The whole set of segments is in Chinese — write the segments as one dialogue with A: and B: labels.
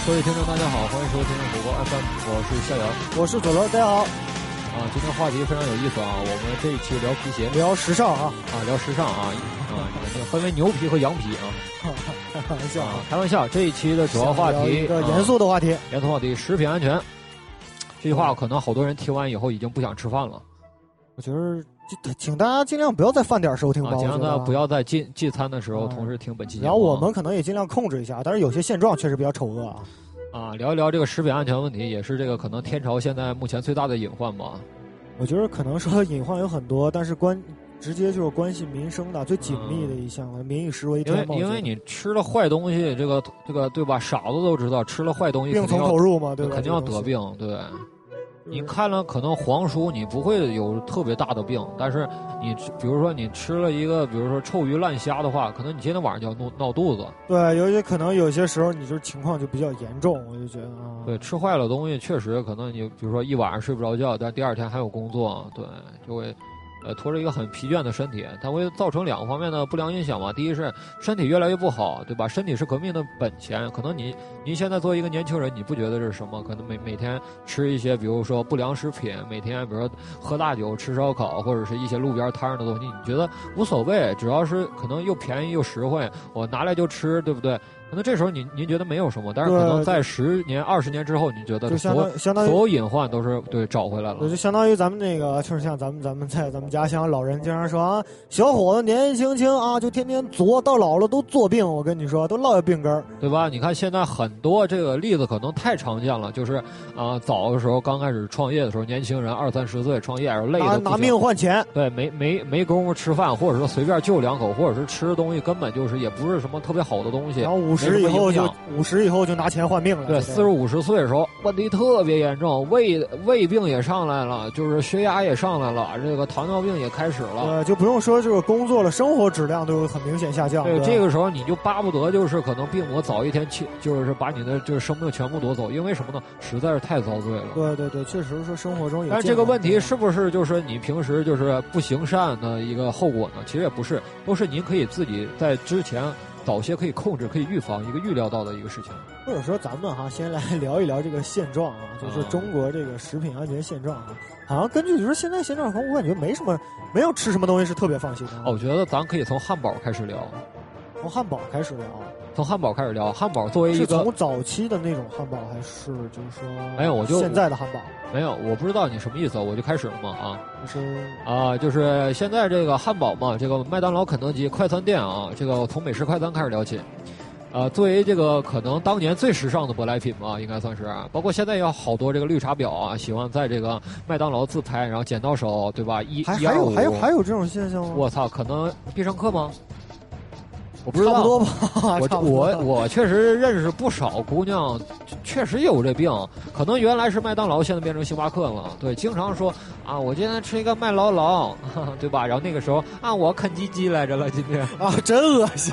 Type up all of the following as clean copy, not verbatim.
A: 各位听众大家好，欢迎收听火锅 FM， 我是夏瑶，
B: 我是左轮，大家好。
A: 今天话题非常有意思啊，我们这一期聊皮鞋，
B: 聊时尚
A: 聊时尚分为牛皮和羊皮
B: 开玩笑
A: 开玩笑。这一期的主要话题
B: 一个严肃的话题，
A: 食品安全。这句话可能好多人听完以后已经不想吃饭了。
B: 我觉得请大家尽量不要在饭点收听吧，
A: 尽量的不要在聚餐的时候同时听本期节目。
B: 然后我们可能也尽量控制一下，但是有些现状确实比较丑恶
A: 聊一聊这个食品安全问题，也是这个可能天朝现在目前最大的隐患吧。
B: 我觉得可能说隐患有很多，但是直接就是关系民生的最紧密的一项，民以食为天嘛。
A: 因为你吃了坏东西，这个对吧？傻子都知道，吃了坏东西
B: 病从口入嘛，对吧？
A: 肯定要得病，对。你看了可能黄书，你不会有特别大的病，但是你比如说你吃了一个，比如说臭鱼烂虾的话，可能你今天晚上就要闹肚子。
B: 对，可能有些时候你就是情况就比较严重，我就觉得
A: 对，吃坏了东西确实可能你比如说一晚上睡不着觉，但第二天还有工作，对，就会拖着一个很疲倦的身体，它会造成两个方面的不良影响嘛。第一是身体越来越不好，对吧？身体是革命的本钱。可能您现在作为一个年轻人，你不觉得这是什么？可能每天吃一些，比如说不良食品，每天比如说喝大酒、吃烧烤，或者是一些路边摊上的东西，你觉得无所谓，只要是可能又便宜又实惠，我拿来就吃，对不对？可能这时候您觉得没有什么，但是可能在10年、20年之后，你觉得
B: 就相当于
A: 所有隐患都是对找回来了。
B: 就相当于咱们那个，就是像咱们在咱们家乡老人经常说啊，小伙子年轻轻啊，就天天作，到老了都作病。我跟你说，都落下病根儿，
A: 对吧？你看现在很多这个例子可能太常见了，就是早的时候刚开始创业的时候，年轻人20-30岁创业，累的
B: 拿命换钱，
A: 对，没工夫吃饭，或者说随便就两口，或者是吃的东西根本就是也不是什么特别好的东西，
B: 然后50以后就拿钱换命了。
A: 对，40-50岁的时候问题特别严重，胃病也上来了，就是血压也上来了，这个糖尿病也开始了。
B: 就不用说这个工作了，生活质量都有很明显下降。
A: 对，这个时候你就巴不得就是可能病魔早一天就是把你的就是生命全部夺走，因为什么呢？实在是太遭罪了。
B: 对，确实说生活中有。
A: 但是这个问题是不是就是你平时就是不行善的一个后果呢？其实也不是，都是您可以自己在之前早些可以控制、可以预防一个预料到的一个事情。
B: 或者说咱们先来聊一聊这个现状就是中国这个食品安全现状好像根据就是现在现状，我感觉没有吃什么东西是特别放心的。
A: 我觉得咱可以从汉堡开始聊。
B: 从汉堡开始聊。
A: 从汉堡开始聊，汉堡作为一个
B: 是从早期的那种汉堡，还是就是说
A: 没有？
B: 现在的汉堡
A: 没有，我不知道你什么意思，我就开始了嘛
B: 就是
A: 就是现在这个汉堡嘛，这个麦当劳、肯德基快餐店这个从美式快餐开始聊起。作为这个可能当年最时尚的舶来品嘛，应该算是，包括现在有好多这个绿茶婊喜欢在这个麦当劳自拍，然后剪刀手，对吧
B: ？125还有这种现象吗？
A: 我操，可能必胜客吗？我不知道，
B: 差不多吧。
A: 我确实认识不少姑娘，确实有这病。可能原来是麦当劳，现在变成星巴克了。对，经常说我今天吃一个麦劳劳，对吧？然后那个时候我啃鸡鸡来着了，今天
B: 真恶心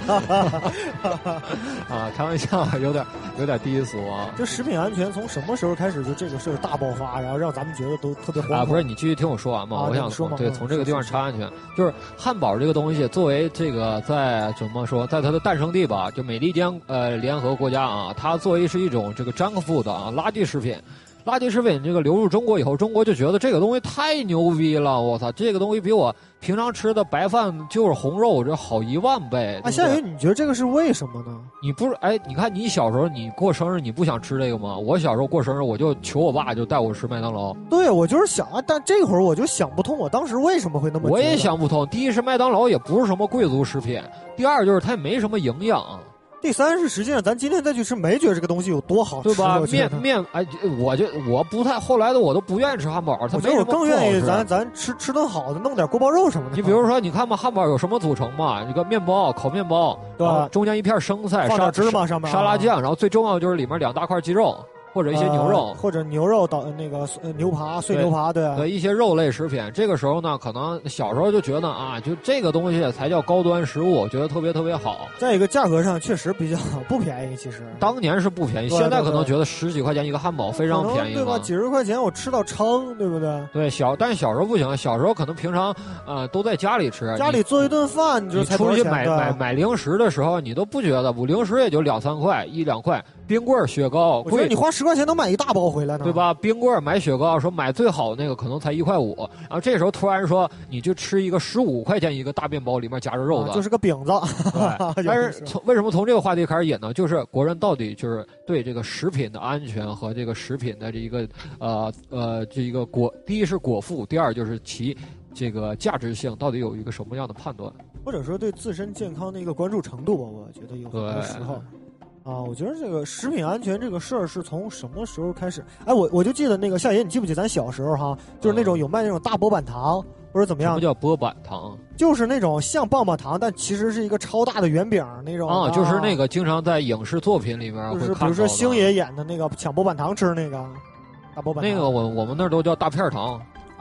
A: 开玩笑，有点低俗
B: 就食品安全从什么时候开始就这个事儿大爆发，然后让咱们觉得都特别慌
A: 不是，你继续听我说完嘛？我想说对，从这个地方查安全，就是汉堡这个东西，作为这个在怎么说，在它的诞生地吧，就美利坚联合国家它作为是一种这个 junk food 垃圾食品。垃圾食品这个流入中国以后，中国就觉得这个东西太牛逼了，我操，这个东西比我平常吃的白饭就是红肉这好10000倍。
B: 夏雨，你觉得这个是为什么呢？
A: 你不是你看你小时候你过生日你不想吃这个吗？我小时候过生日我就求我爸就带我吃麦当劳。
B: 对，我就是想但这会儿我就想不通，我当时为什么会那么觉得。
A: 我也想不通。第一是麦当劳也不是什么贵族食品，第二就是它也没什么营养。
B: 第三是实际上咱今天再去吃，没觉得这个东西有多好吃，
A: 对吧？我不太后来的我都不愿意吃汉堡，它没什么。
B: 我更愿意咱吃顿好的，弄点锅包肉什么的。
A: 你比如说，你看嘛，汉堡有什么组成嘛？一个面包，烤面包，
B: 对吧？
A: 中间一片生菜，
B: 放点芝麻上面，
A: 沙拉酱，然后最重要就是里面2大块鸡肉。或者一些牛肉，
B: 或者牛肉那个牛扒、碎牛扒，对
A: 一些肉类食品。这个时候呢，可能小时候就觉得就这个东西才叫高端食物，觉得特别特别好。
B: 再一个价格上确实比较不便宜，其实
A: 当年是不便宜，现在可能觉得10几块钱一个汉堡非常便宜，
B: 对吧？几十块钱我吃到撑，对不对？
A: 对，但是小时候不行，小时候可能平常都在家里吃，
B: 家里做一顿饭，你
A: 出去买零食的时候，你都不觉得，零食也就2-3块，1-2块。 冰棍儿、雪糕，
B: 我觉得你花10块钱能买一大包回来呢，
A: 对吧？冰棍儿买雪糕，说买最好那个可能才1块5，然后这时候突然说你就吃一个15块钱一个大面包，里面夹着肉的，
B: 就是个饼子。
A: 对，但是为什么从这个话题开始引呢？就是国人到底就是对这个食品的安全和这个食品的这一个这一个第一是果腹，第二就是其这个价值性到底有一个什么样的判断，
B: 或者说对自身健康的一个关注程度吧？我觉得有很多时候。我觉得这个食品安全这个事儿是从什么时候开始？哎，我就记得那个夏爷，你记不记得咱小时候哈，就是那种有卖那种大波板糖或者怎么样？
A: 什么叫波板糖？
B: 就是那种像棒棒糖，但其实是一个超大的圆饼那种。
A: 就是那个经常在影视作品里面会看到的，
B: 就是比如说星爷演的那个抢波板糖吃那个大波板糖。
A: 那个我们那儿都叫大片糖。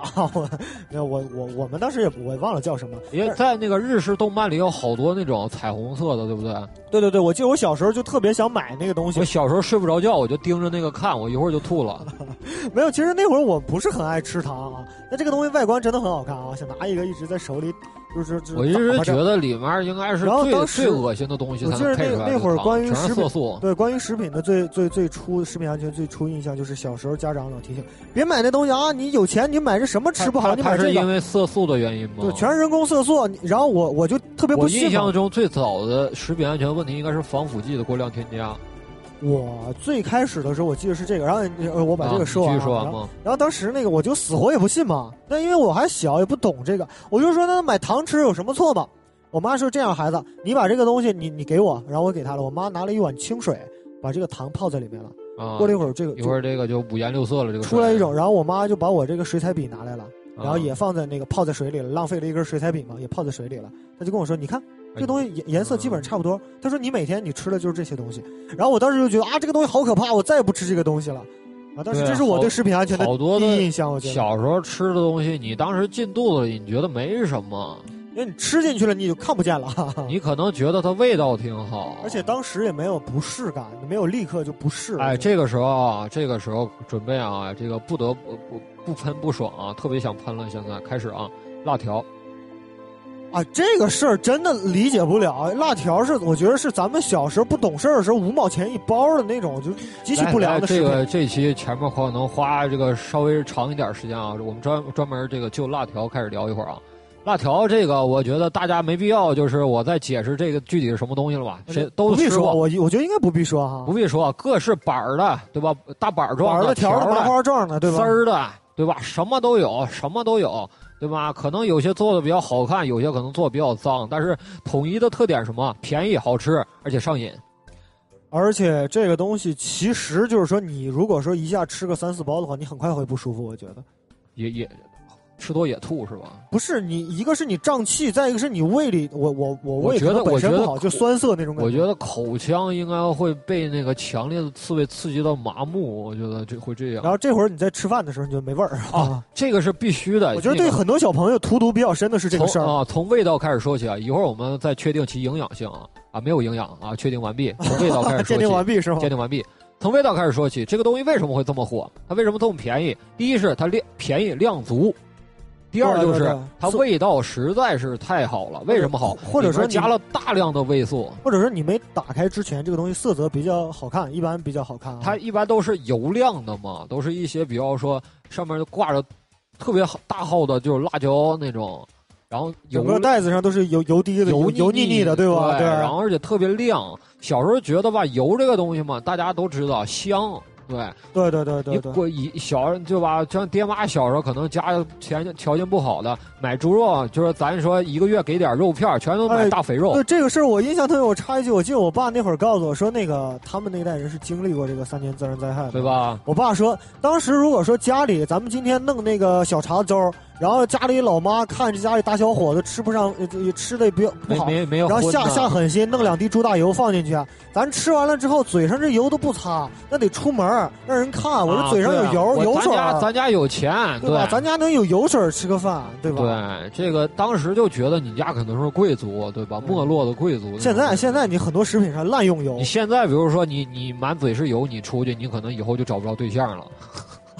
B: 我们当时我忘了叫什么，
A: 因为在那个日式动漫里有好多那种彩虹色的，对不对？
B: 对，我记得我小时候就特别想买那个东西。
A: 我小时候睡不着觉，我就盯着那个看，我一会儿就吐了。
B: 没有，其实那会儿我不是很爱吃糖啊，但这个东西外观真的很好看啊，想拿一个一直在手里，
A: 我一直觉得里面应该是最恶心的东西才能配出来的糖。
B: 那会儿关于食品，
A: 对，
B: 关于食品的最初食品安全最初印象就是小时候家长老提醒别买那东西啊，你有钱你买这什么吃不好，你买这个。
A: 是因为色素的原因吗？
B: 对，全是人工色素。然后我就特别不信。
A: 我印象中最早的食品安全问题应该是防腐剂的过量添加。
B: 我最开始的时候我记得是这个，然后我把这个说完，然后当时那个我就死活也不信嘛，但因为我还小也不懂这个，我就说那买糖吃有什么错嘛？我妈说这样孩子，你把这个东西你给我，然后我给她了，我妈拿了一碗清水把这个糖泡在里面了，过了一会儿这个
A: 就五颜六色了，这个
B: 出来一种，然后我妈就把我这个水彩笔拿来了，然后也放在那个泡在水里了，浪费了一根水彩笔嘛，也泡在水里了，她就跟我说你看。这东西颜色基本上差不多。他说：“你每天你吃的就是这些东西。”然后我当时就觉得这个东西好可怕，我再也不吃这个东西了。但是这是我对食品安全的第一印象。我觉得
A: 小时候吃的东西，你当时进肚子里，你觉得没什么，
B: 因为你吃进去了，你就看不见了。
A: 你可能觉得它味道挺好，
B: 而且当时也没有不适感，没有立刻就不适。
A: 这个时候准备这个不得不喷不爽啊，特别想喷了。现在开始辣条。
B: 这个事儿真的理解不了。辣条是我觉得是咱们小时候不懂事儿的时候5毛钱一包的那种，就极其不良的食品。
A: 这期前面可能花这个稍微长一点时间我们专门这个就辣条开始聊一会儿辣条这个我觉得大家没必要，就是我再解释这个具体是什么东西了吧？谁都
B: 吃过。我觉得应该不必说哈，
A: 不必说，各是板的，对吧？大板状
B: 的、条的、麻花状的，对吧？
A: 丝儿的，对吧？什么都有，对吧？可能有些做的比较好看，有些可能做的比较脏，但是统一的特点是什么？便宜、好吃，而且上瘾。
B: 而且这个东西其实就是说，你如果说一下吃个3-4包的话，你很快会不舒服。我觉得
A: 也吃多也吐是吧？
B: 不是，你一个是你胀气，再一个是你胃里，我胃可能本身不好，就酸涩那种感觉。
A: 我觉得口腔应该会被那个强烈的刺猬刺激到麻木，我觉得会这样。
B: 然后这会儿你在吃饭的时候，你就没味儿
A: 这个是必须的。
B: 我觉得对很多小朋友荼毒比较深的是这个事儿
A: 从味道开始说起一会儿我们再确定其营养性没有营养确定完毕。从味道开始说起，
B: 鉴定完毕是吗？
A: 鉴定完毕。从味道开始说起，这个东西为什么会这么火？它为什么这么便宜？第一是它便宜量足。第二就是它味道实在是太好了，为什么好？
B: 或者说
A: 加了大量的味素，
B: 或者说你没打开之前，这个东西色泽比较好看，一般比较好看
A: 它一般都是油亮的嘛，都是一些比方说上面挂着特别大号的，就是辣椒那种，然后
B: 整个袋子上都是油滴的、油腻腻的，对吧？对。
A: 然后而且特别亮。小时候觉得吧，油这个东西嘛，大家都知道香。对，你小就吧，像爹妈小时候可能家条件不好的，买猪肉就是咱说一个月给点肉片，全都买大肥肉。
B: 对这个事儿我印象特别，我插一句，我记得我爸那会儿告诉我说，那个他们那一代人是经历过这个3年自然灾害的，
A: 对吧？
B: 我爸说，当时如果说家里咱们今天弄那个小碴子粥，然后家里老妈看着家里大小伙子吃不上，吃的也不好，
A: 没有，
B: 然后下狠心弄2滴猪大油放进去，咱吃完了之后嘴上这油都不擦，那得出门让人看，我这嘴上有油水。
A: 咱家有钱，
B: 对吧？咱家能有油水吃个饭，对吧？
A: 对，这个当时就觉得你家可能是贵族，对吧？没落的贵族。
B: 现在你很多食品上滥用油。
A: 你现在比如说你满嘴是油，你出去你可能以后就找不着对象了。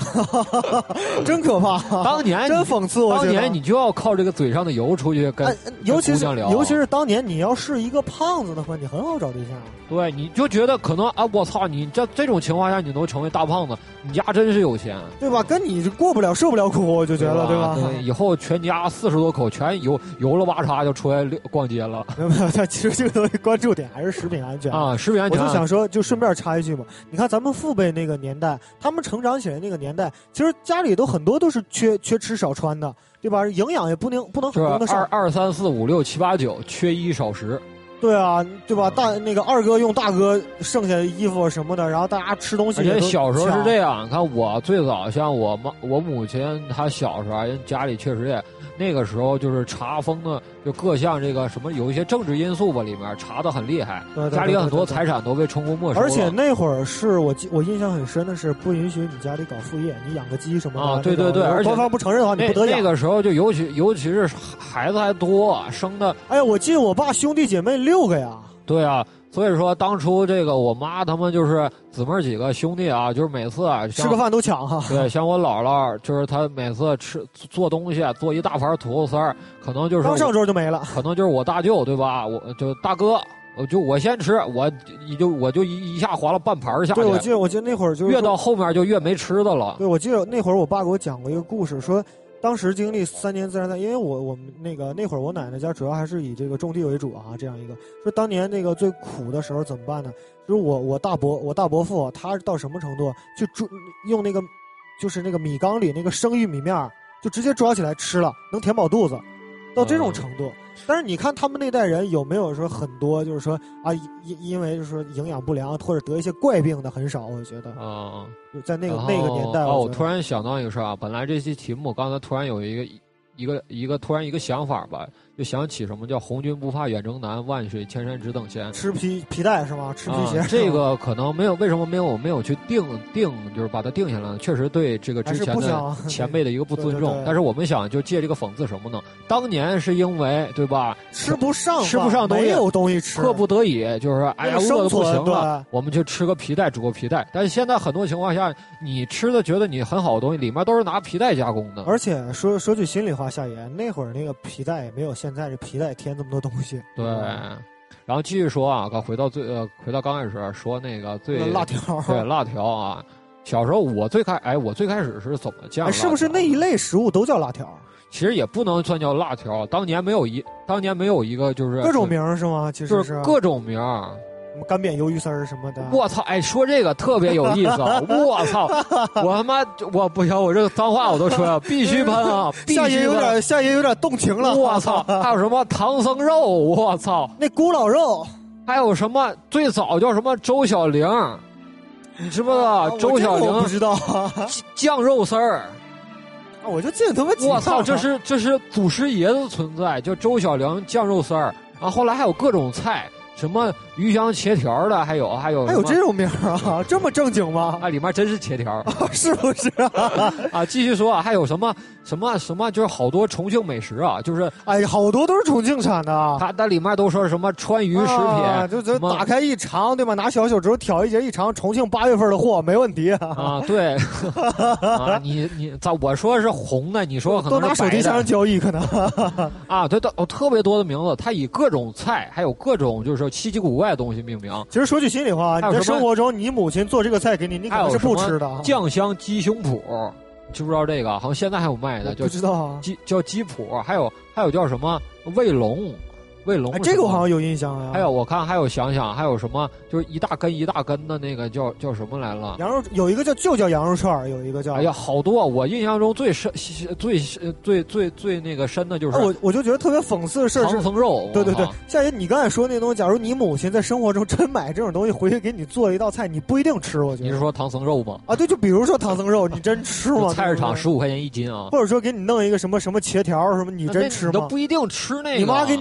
B: 真可怕。
A: 当年
B: 真讽刺，我觉得
A: 当年你就要靠这个嘴上的油出去跟
B: 尤其
A: 是
B: 是当年你要是一个胖子的话，你很好找对象。
A: 对，你就觉得可能啊，我操，你这种情况下你能成为大胖子，你家真是有钱，
B: 对吧？跟你过不了受不了苦，我就觉得，对吧？
A: 对，以后全家40多口全油了吧嚓就出来逛街了。
B: 没有，其实这个东西关注点还是食品安全
A: 啊，食品安全。
B: 我就想说，就顺便插一句嘛，你看咱们父辈那个年代，他们成长起来那个年代，其实家里都很多都是缺吃少穿的，对吧？营养也不能很多的少。
A: 2、3、4、5、6、7、8、9，缺衣少食。
B: 对啊，对吧？那个二哥用大哥剩下的衣服什么的，然后大家吃东西。
A: 而且小时候是这样，看我最早像我母亲她小时候，人家里确实也那个时候就是查封的，就各项这个什么有一些政治因素吧，里面查得很厉害，家里很多财产都被充公没收了。
B: 而且那会儿是我印象很深的是，不允许你家里搞副业，你养个鸡什么的。
A: 啊，对对对，而且
B: 官方不承认的话，你不得养。
A: 那个时候就尤其是孩子还多，生的。
B: 哎呀，我记得我爸兄弟姐妹6个呀。
A: 对啊，所以说当初这个我妈他们就是姊妹几个兄弟啊，就是每次
B: 吃个饭都抢哈。
A: 对，像我姥姥，就是她每次做东西，做一大盘土豆丝儿，可能就是
B: 刚上桌就没了，
A: 可能就是我大舅对吧？我就大哥。我先吃，我就一下划了半盘下去。
B: 对，我记得那会儿就
A: 越到后面就越没吃的了。
B: 对，我记得那会儿我爸给我讲过一个故事，说当时经历3年自然灾，因为我们那会儿我奶奶家主要还是以这个种地为主啊，这样一个说当年那个最苦的时候怎么办呢？就是我大伯父他到什么程度，就用那个就是那个米缸里那个生玉米面就直接抓起来吃了，能填饱肚子，到这种程度。但是你看他们那代人有没有说很多就是说啊，因为就是说营养不良或者得一些怪病的很少，我觉得
A: 啊，
B: 在那个年代。
A: 我突然想到一个事啊，本来这期题目刚才突然有突然一个想法吧，就想起什么叫红军不怕远征难，万水千山只等闲。
B: 吃皮带是吗？吃皮鞋。
A: 这个可能没有，为什么没有去定，就是把它定下来？确实对这个之前的前辈的一个不尊重。但是我们想就借这个讽刺什么呢？当年是因为对吧，
B: 吃不上
A: 东西，
B: 没有东西吃，
A: 迫不得已就是哎呀饿得不行了，我们就吃个皮带，煮个皮带。但是现在很多情况下，你吃的觉得你很好的东西，里面都是拿皮带加工的。
B: 而且说句心里话，夏爷那会儿那个皮带也没有现在这皮带添这么多东西。
A: 对，然后继续说啊，回到刚开始说那个
B: 辣条。
A: 对，辣条啊，小时候我最开始是怎么酱？
B: 是不是那一类食物都叫辣条？
A: 其实也不能算叫辣条，当年没有一个就是
B: 各种名是吗？其实
A: 就是各种名。
B: 什么干煸鱿鱼丝儿什么的，
A: 我操！哎，说这个特别有意思啊！我操！我他妈我不行，我这个脏话我都说了，必须喷啊！
B: 夏爷有点动情了，
A: 我操！还有什么唐僧肉？我操！
B: 那咕老肉，
A: 还有什么最早叫什么周小玲？你知不知道？周小玲
B: 不知道
A: 酱肉丝儿。
B: 我就记得他妈
A: 我操！这是祖师爷的存在，叫周小玲酱肉丝儿。然后后来还有各种菜。什么鱼香茄条的，还有
B: 这种名啊，这么正经吗？
A: 啊，里面真是茄条，
B: 是不是啊？
A: 啊，继续说啊，还有什么，就是好多重庆美食啊，就是
B: 哎，好多都是重庆产的。
A: 它里面都说什么川渝食品，
B: 就打开一尝，对吧？拿小手指头挑一节一尝，重庆8月份的货没问题
A: 啊。对，啊，你我说是红的，你说可能是
B: 都拿手机箱交易可能
A: 啊，对，特别多的名字，它以各种菜，还有各种就是说。稀奇古怪的东西命名。
B: 其实说句心里话，你在生活中，你母亲做这个菜给你，你可能是不吃的。
A: 酱香鸡胸脯，知不知道这个？好像现在还有卖的，
B: 不知道啊。
A: 叫鸡脯，还有叫什么卫龙。
B: 这个我好像有印象呀。
A: 还有我看还有想想还有什么，就是一大根的那个叫什么来了？
B: 羊肉有一个叫羊肉串，有一个叫。
A: 哎呀，好多！我印象中最深、最那个深的就是
B: 我就觉得特别讽刺的事是
A: 唐僧肉。
B: 对，夏爷，你刚才说那东西，假如你母亲在生活中真买这种东西回去给你做了一道菜，你不一定吃。我觉得
A: 你是说唐僧肉吗？
B: 啊，对，就比如说唐僧肉，你真吃吗？
A: 菜市场15块钱1斤啊！
B: 或者说给你弄一个什么茄条什么，你真吃吗？
A: 你都不一定吃那个。
B: 你妈给你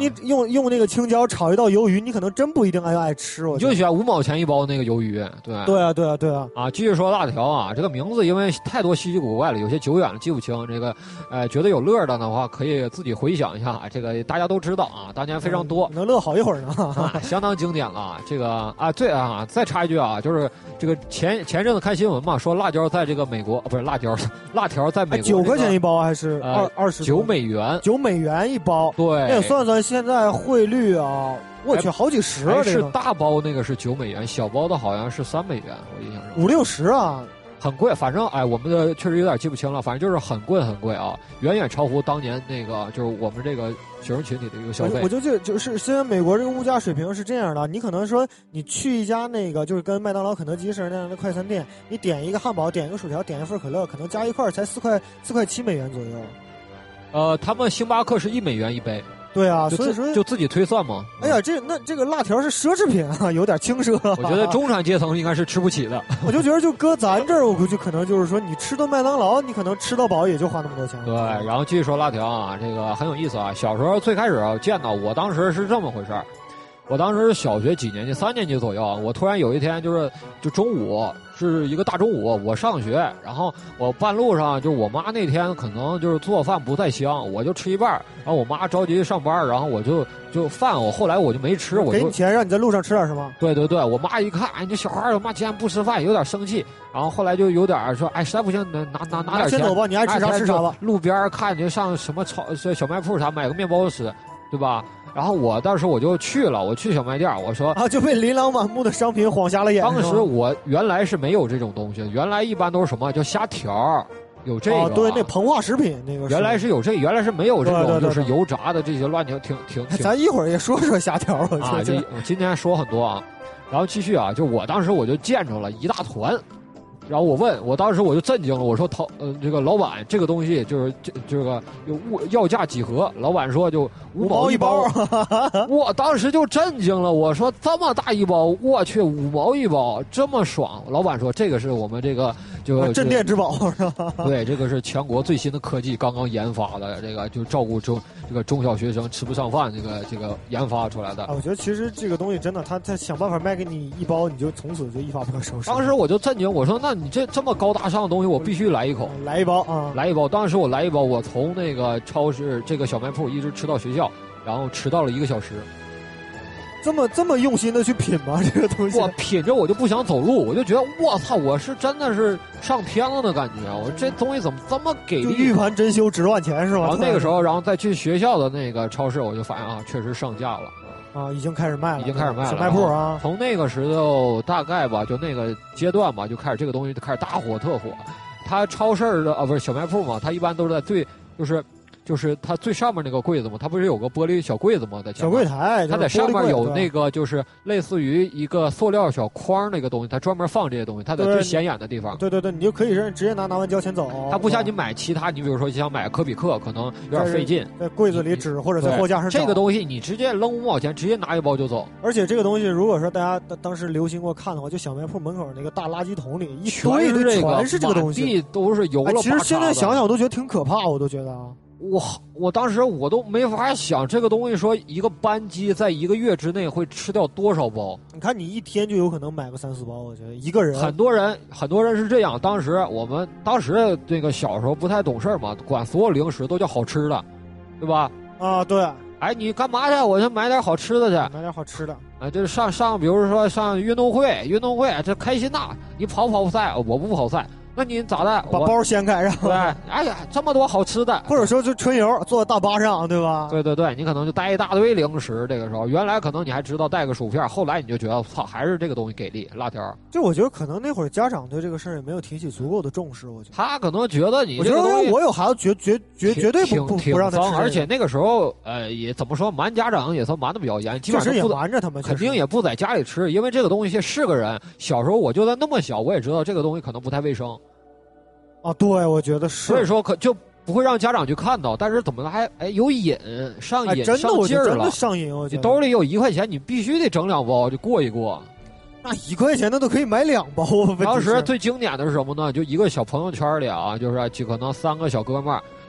B: 用那个青椒炒一道鱿鱼，你可能真不一定爱吃。
A: 你就选5毛钱一包那个鱿鱼，对。
B: 对啊，对啊，对啊。
A: 啊，继续说辣条啊，这个名字因为太多稀奇古怪了，有些久远了记不清。这个，觉得有乐的话，可以自己回想一下。这个大家都知道啊，当年非常多，
B: 能乐好一会儿呢，
A: 相当经典了。这个啊，对啊，再插一句啊，就是这个前阵子看新闻嘛，说辣椒在这个美国，不是辣条在美国
B: 9块钱一包还是
A: 20美元
B: ？9美元一包，
A: 对，
B: 那算算现在汇率啊，我去好几十啊！
A: 是大包那个是9美元，小包的好像是3美元，我印象中
B: 5、60啊。
A: 很贵，反正我们的确实有点记不清了，反正就是很贵啊，远远超乎当年那个就是我们这个学生群体的一个消费。
B: 我就是现在美国这个物价水平是这样的，你可能说你去一家那个就是跟麦当劳、肯德基似的那样的快餐店，你点一个汉堡，点一个薯条，点一份可乐，可能加一块才4块7美元左右。
A: 他们星巴克是1美元一杯。
B: 对啊，所以说
A: 就自己推算嘛。
B: 哎呀，这个辣条是奢侈品啊，有点轻奢。
A: 我觉得中产阶层应该是吃不起的。
B: 我就觉得就搁咱这儿，我估计可能就是说，你吃顿麦当劳，你可能吃到饱也就花那么多钱。
A: 对，然后继续说辣条啊，这个很有意思啊。小时候最开始见到，我当时是这么回事儿。我当时小学几年级，3年级左右，我突然有一天就中午是一个大中午，我上学，然后我半路上就我妈那天可能就是做饭不太香，我就吃一半，然后我妈着急上班，然后我就饭后来我就没吃，我就
B: 给你钱让你在路上吃点是吗？
A: 对，我妈一看，哎，你这小孩儿妈今天不吃饭，有点生气，然后后来就有点说，哎，实在不行拿点钱，
B: 先走吧，你爱吃啥吃啥吧。
A: 路边看见上什么小卖铺啥买个面包吃，对吧？然后我当时我就去了，我去小卖店，我说
B: 啊，就被琳琅满目的商品晃瞎了眼。
A: 当时我原来是没有这种东西，原来一般都是什么叫虾条，有这个。
B: 哦，对，那膨化食品那个。
A: 原来是有这，原来是没有这种，就是油炸的这些乱挺。
B: 咱一会儿也说虾条啊，
A: 今天说很多啊，然后继续啊，就我当时我就见着了一大团。然后我当时我就震惊了，我说这个老板，这个东西就是这个要价几何？老板说就5毛一包，我当时就震惊了，我说这么大一包，我去5毛一包，这么爽！老板说这个是我们这个
B: 镇店之宝是吧？
A: 对，这个是全国最新的科技刚刚研发的，这个就照顾这个中小学生吃不上饭这个研发出来的。
B: 我觉得其实这个东西真的，他想办法卖给你一包，你就从此就一发不可收拾。
A: 当时我就震惊，我说那你这么高大上的东西，我必须来一口，
B: 来一包啊，
A: 来一包。当时我来一包，我从那个超市这个小卖铺一直吃到学校，然后吃到了1个小时。
B: 这么用心的去品吗？这个东西
A: 我品着我就不想走路，我就觉得我操，我是真的是上天了的感觉。我这东西怎么这么给力？
B: 玉盘珍羞值万钱是吧？
A: 然后那个时候，然后再去学校的那个超市，我就发现啊，确实上架了。
B: 啊，已经开始卖了，
A: 小
B: 卖铺啊。
A: 从那个时候大概吧，就那个阶段吧，就开始这个东西就开始大火特火。它超市的不是小卖铺嘛，它一般都是在就是它最上面那个柜子嘛，它不是有个玻璃小柜子吗？在
B: 小柜台，
A: 它在上面有那个就是类似于一个塑料小筐那个东西，它专门放这些东西，它在最显眼的地方。
B: 对，你就可以直接拿完交钱走。
A: 它不像你买其他，你比如说想买科比克，可能有点费劲，
B: 在柜子里指或者在货架上。
A: 这个东西你直接扔5毛钱，直接拿一包就走。
B: 而且这个东西，如果说大家当时流行过看的话，就小卖铺门口那个大垃圾桶里一堆全是这个东西，
A: 满地都是油了。
B: 其实现在想想，我都觉得挺可怕，我都觉得啊。
A: 我当时我都没法想这个东西，说一个班级在1个月之内会吃掉多少包？
B: 你看你一天就有可能买个3、4包，我觉得一个人。
A: 很多人是这样。我们当时这个小时候不太懂事嘛，管所有零食都叫好吃的，对吧？
B: 啊，对。
A: 哎，你干嘛去？我去买点好吃的去。
B: 买点好吃的。
A: 就是上，比如说上运动会这开心呐！你跑赛，我不跑赛。那你咋的？
B: 把包掀开，然后
A: 对，哎呀，这么多好吃的，
B: 或者说就春游，坐大巴上，对吧？
A: 对，你可能就带一大堆零食。这个时候，原来可能你还知道带个薯片，后来你就觉得操，还是这个东西给力，辣条。
B: 就我觉得可能那会儿家长对这个事儿也没有提起足够的重视，我觉得
A: 他可能觉得你
B: 这个东西，我有孩子绝对不让他吃，
A: 而且那个时候也怎么说，瞒家长也算瞒的比较严，基本上
B: 也瞒着他们，
A: 肯定也不在家里吃，因为这个东西是个人。小时候我就在那么小，我也知道这个东西可能不太卫生。
B: 啊，对，我觉得是，
A: 所以说就不会让家长去看到，但是怎么还有瘾上瘾上劲儿了，
B: 真的上瘾。
A: 你兜里有1块钱，你必须得整2包就过一过。
B: 那1块钱那都可以买2包。
A: 当时最经典的是什么呢？就一个小朋友圈里啊，就是就可能3个小哥们儿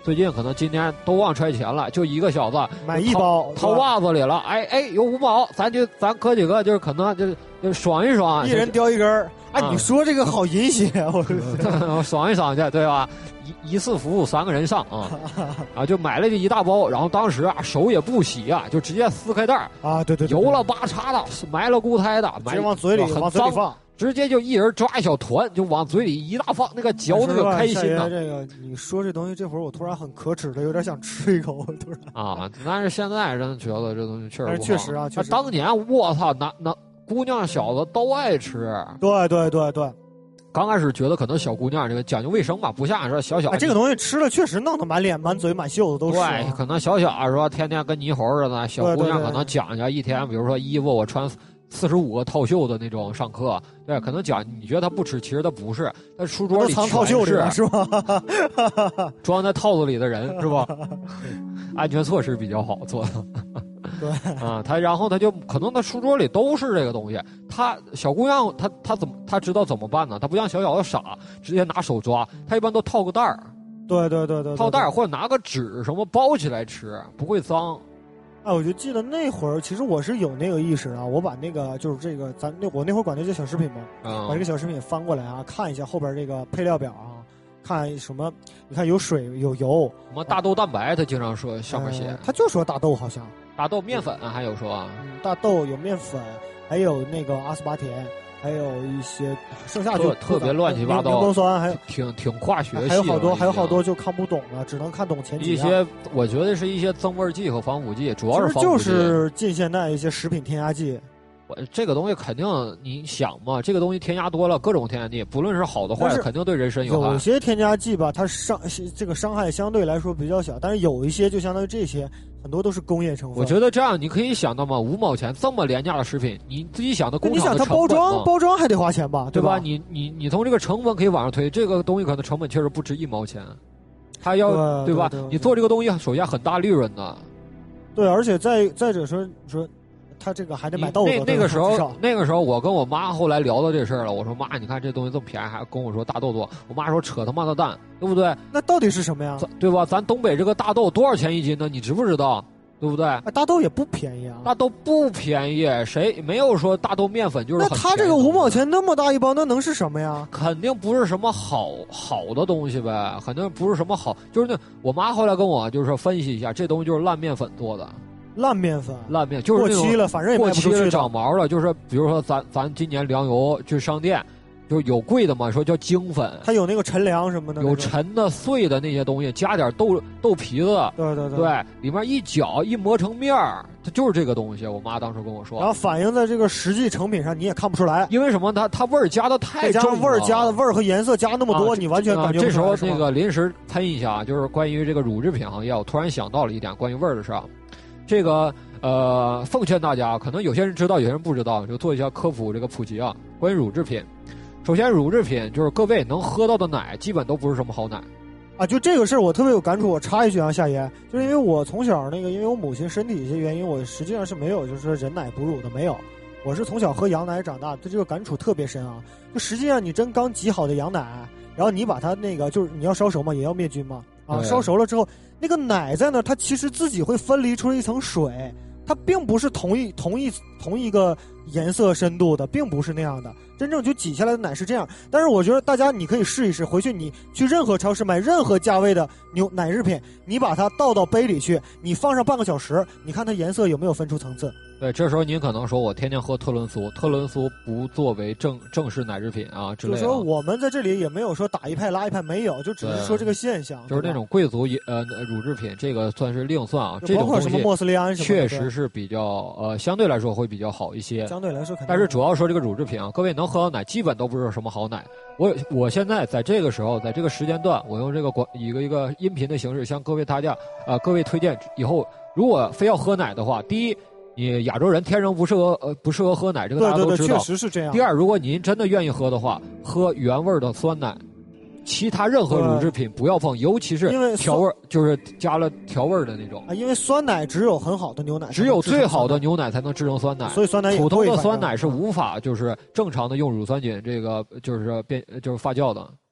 A: 最近可能今年都忘揣钱了，就一个小子
B: 买一包
A: 掏袜子里了，哎，有5毛，咱哥几个就是可能就爽一爽，
B: 一人叼一根儿。你说这个好淫邪，
A: 我爽一爽去，对吧？一次服务3个人上啊，就买了这一大包，然后当时手也不洗啊，就直接撕开袋
B: 啊，对，
A: 油了吧嚓的，埋了固态的，
B: 直接往嘴里放。
A: 直接就一人抓一小团，就往嘴里一大放，那个嚼那个开心的。
B: 这个你说这东西，这会儿我突然很可耻的，有点想吃一口。突然
A: 啊，但是现在真觉得这东西确实不好。
B: 确实啊，确实。
A: 当年我操，那姑娘小子都爱吃。
B: 对。
A: 刚开始觉得可能小姑娘这个讲究卫生吧，不像说小
B: 这个东西吃了确实弄得满脸满嘴满袖子都是。
A: 对，可能小说天天跟泥猴似的，小姑娘可能讲究一天，比如说衣服我穿45个套袖的那种上课，对，可能讲你觉得他不吃，其实他不是，他书桌里
B: 藏套袖里
A: 是
B: 吧？
A: 装在套子里的人是吧？安全措施比较好做的。
B: 对
A: 啊，然后他就可能他书桌里都是这个东西，他小姑娘他知道怎么办呢？他不像小子傻，直接拿手抓，他一般都套个袋儿。
B: 对，
A: 套袋儿或者拿个纸什么包起来吃，不会脏。
B: 我就记得那会儿，其实我是有那个意识啊，我把那个就是这个我那会儿管那叫小食品嘛，把这个小食品翻过来啊，看一下后边这个配料表啊，看什么，你看有水有油，
A: 什么大豆蛋白，他经常说上面写，
B: 他就说大豆好像
A: 大豆面粉还有说，
B: 大豆有面粉，还有那个阿斯巴甜。还有一些剩下就
A: 特别乱七八糟，
B: 柠檬酸还有
A: 挺跨学系，
B: 还有好多就看不懂了，只能看懂前几
A: 样。一些我觉得是一些增味剂和防腐剂，主要是防腐剂，
B: 就是近现代一些食品添加剂。
A: 这个东西肯定你想嘛，这个东西添加多了，各种添加剂，不论是好的坏的，肯定对人身有害。
B: 有些添加剂吧，它这个伤害相对来说比较小，但是有一些就相当于这些。很多都是工业成分。
A: 我觉得这样你可以想到嘛，5毛钱这么廉价的食品，你自己想的工厂的成本，
B: 你想它包装还得花钱吧，
A: 对
B: 吧？
A: 你从这个成本可以往上推，这个东西可能成本确实不值1毛钱，它要对吧？你做这个东西首先很大利润的。
B: 对，而且再者说，他这个还得买豆子。
A: 那个时候我跟我妈后来聊到这事儿了，我说妈，你看这东西这么便宜，还跟我说大豆多。我妈说扯他妈的蛋，对不对？
B: 那到底是什么呀？
A: 对吧？咱东北这个大豆多少钱1斤呢？你知不知道？对不对？
B: 大豆也不便宜啊。
A: 大豆不便宜，谁没有说大豆面粉就是很便宜？
B: 那他这个5毛钱那么大一包，那能是什么呀？
A: 肯定不是什么好的东西呗，肯定不是什么好。就是那我妈后来跟我就是说分析一下，这东西就是烂面粉做的。
B: 烂面粉，
A: 就是
B: 过期了，反正也卖不出去，
A: 过期了长毛了。就是比如说咱今年粮油去商店，就有贵的嘛，说叫精粉，
B: 它有那个陈粮什么的，
A: 有陈的碎的那些东西，加点豆皮子，对，里面一搅一磨成面儿，它就是这个东西。我妈当时跟我说，
B: 然后反映在这个实际成品上，你也看不出来，
A: 因为什么？它味儿加的太重了，
B: 味儿和颜色加那么多，你完全感觉不出来。
A: 这时候那个临时喷一下，就是关于这个乳制品行业，我突然想到了一点关于味儿的事儿。这个奉劝大家，可能有些人知道，有些人不知道，就做一下科普这个普及啊。关于乳制品，首先乳制品就是各位能喝到的奶，基本都不是什么好奶
B: 啊。就这个事儿，我特别有感触。我插一句啊，夏爷，就是因为我从小因为我母亲身体一些原因，我实际上是没有就是说人奶哺乳的，没有。我是从小喝羊奶长大，对这个感触特别深啊。就实际上你真刚挤好的羊奶，然后你把它那个就是你要烧熟嘛，也要灭菌嘛。烧熟了之后，那个奶在那儿，它其实自己会分离出一层水，它并不是同一个颜色深度的，并不是那样的。真正就挤下来的奶是这样。但是我觉得大家你可以试一试，回去你去任何超市买任何价位的奶制品，你把它倒到杯里去，你放上半个小时，你看它颜色有没有分出层次。
A: 对，这时候您可能说我天天喝特仑苏不作为正式奶制品啊之类的。
B: 就是说我们在这里也没有说打一派拉一派，没有，就只是说这个现象。
A: 就是那种贵族乳制品，这个算是另算啊。这种
B: 包括什么莫斯利安什么
A: 的，确实是比较相对来说会比较好一些。
B: 相对来说肯定。
A: 但是主要说这个乳制品啊，各位能喝到奶，基本都不是什么好奶。我现在在这个时候，在这个时间段，我用这个一个音频的形式向各位推荐，以后如果非要喝奶的话，第一，你亚洲人天生不适合喝奶，这个大家都知道，
B: 确实是这样。
A: 第二，如果您真的愿意喝的话，喝原味的酸奶，其他任何乳制品不要碰，尤其是调味，就是加了调味的那种。
B: 因为酸奶只有很好的牛奶，
A: 只有最好的牛奶才能制成酸奶，
B: 所以酸奶
A: 普通的酸奶是无法就是正常的用乳酸菌这个就是发酵的。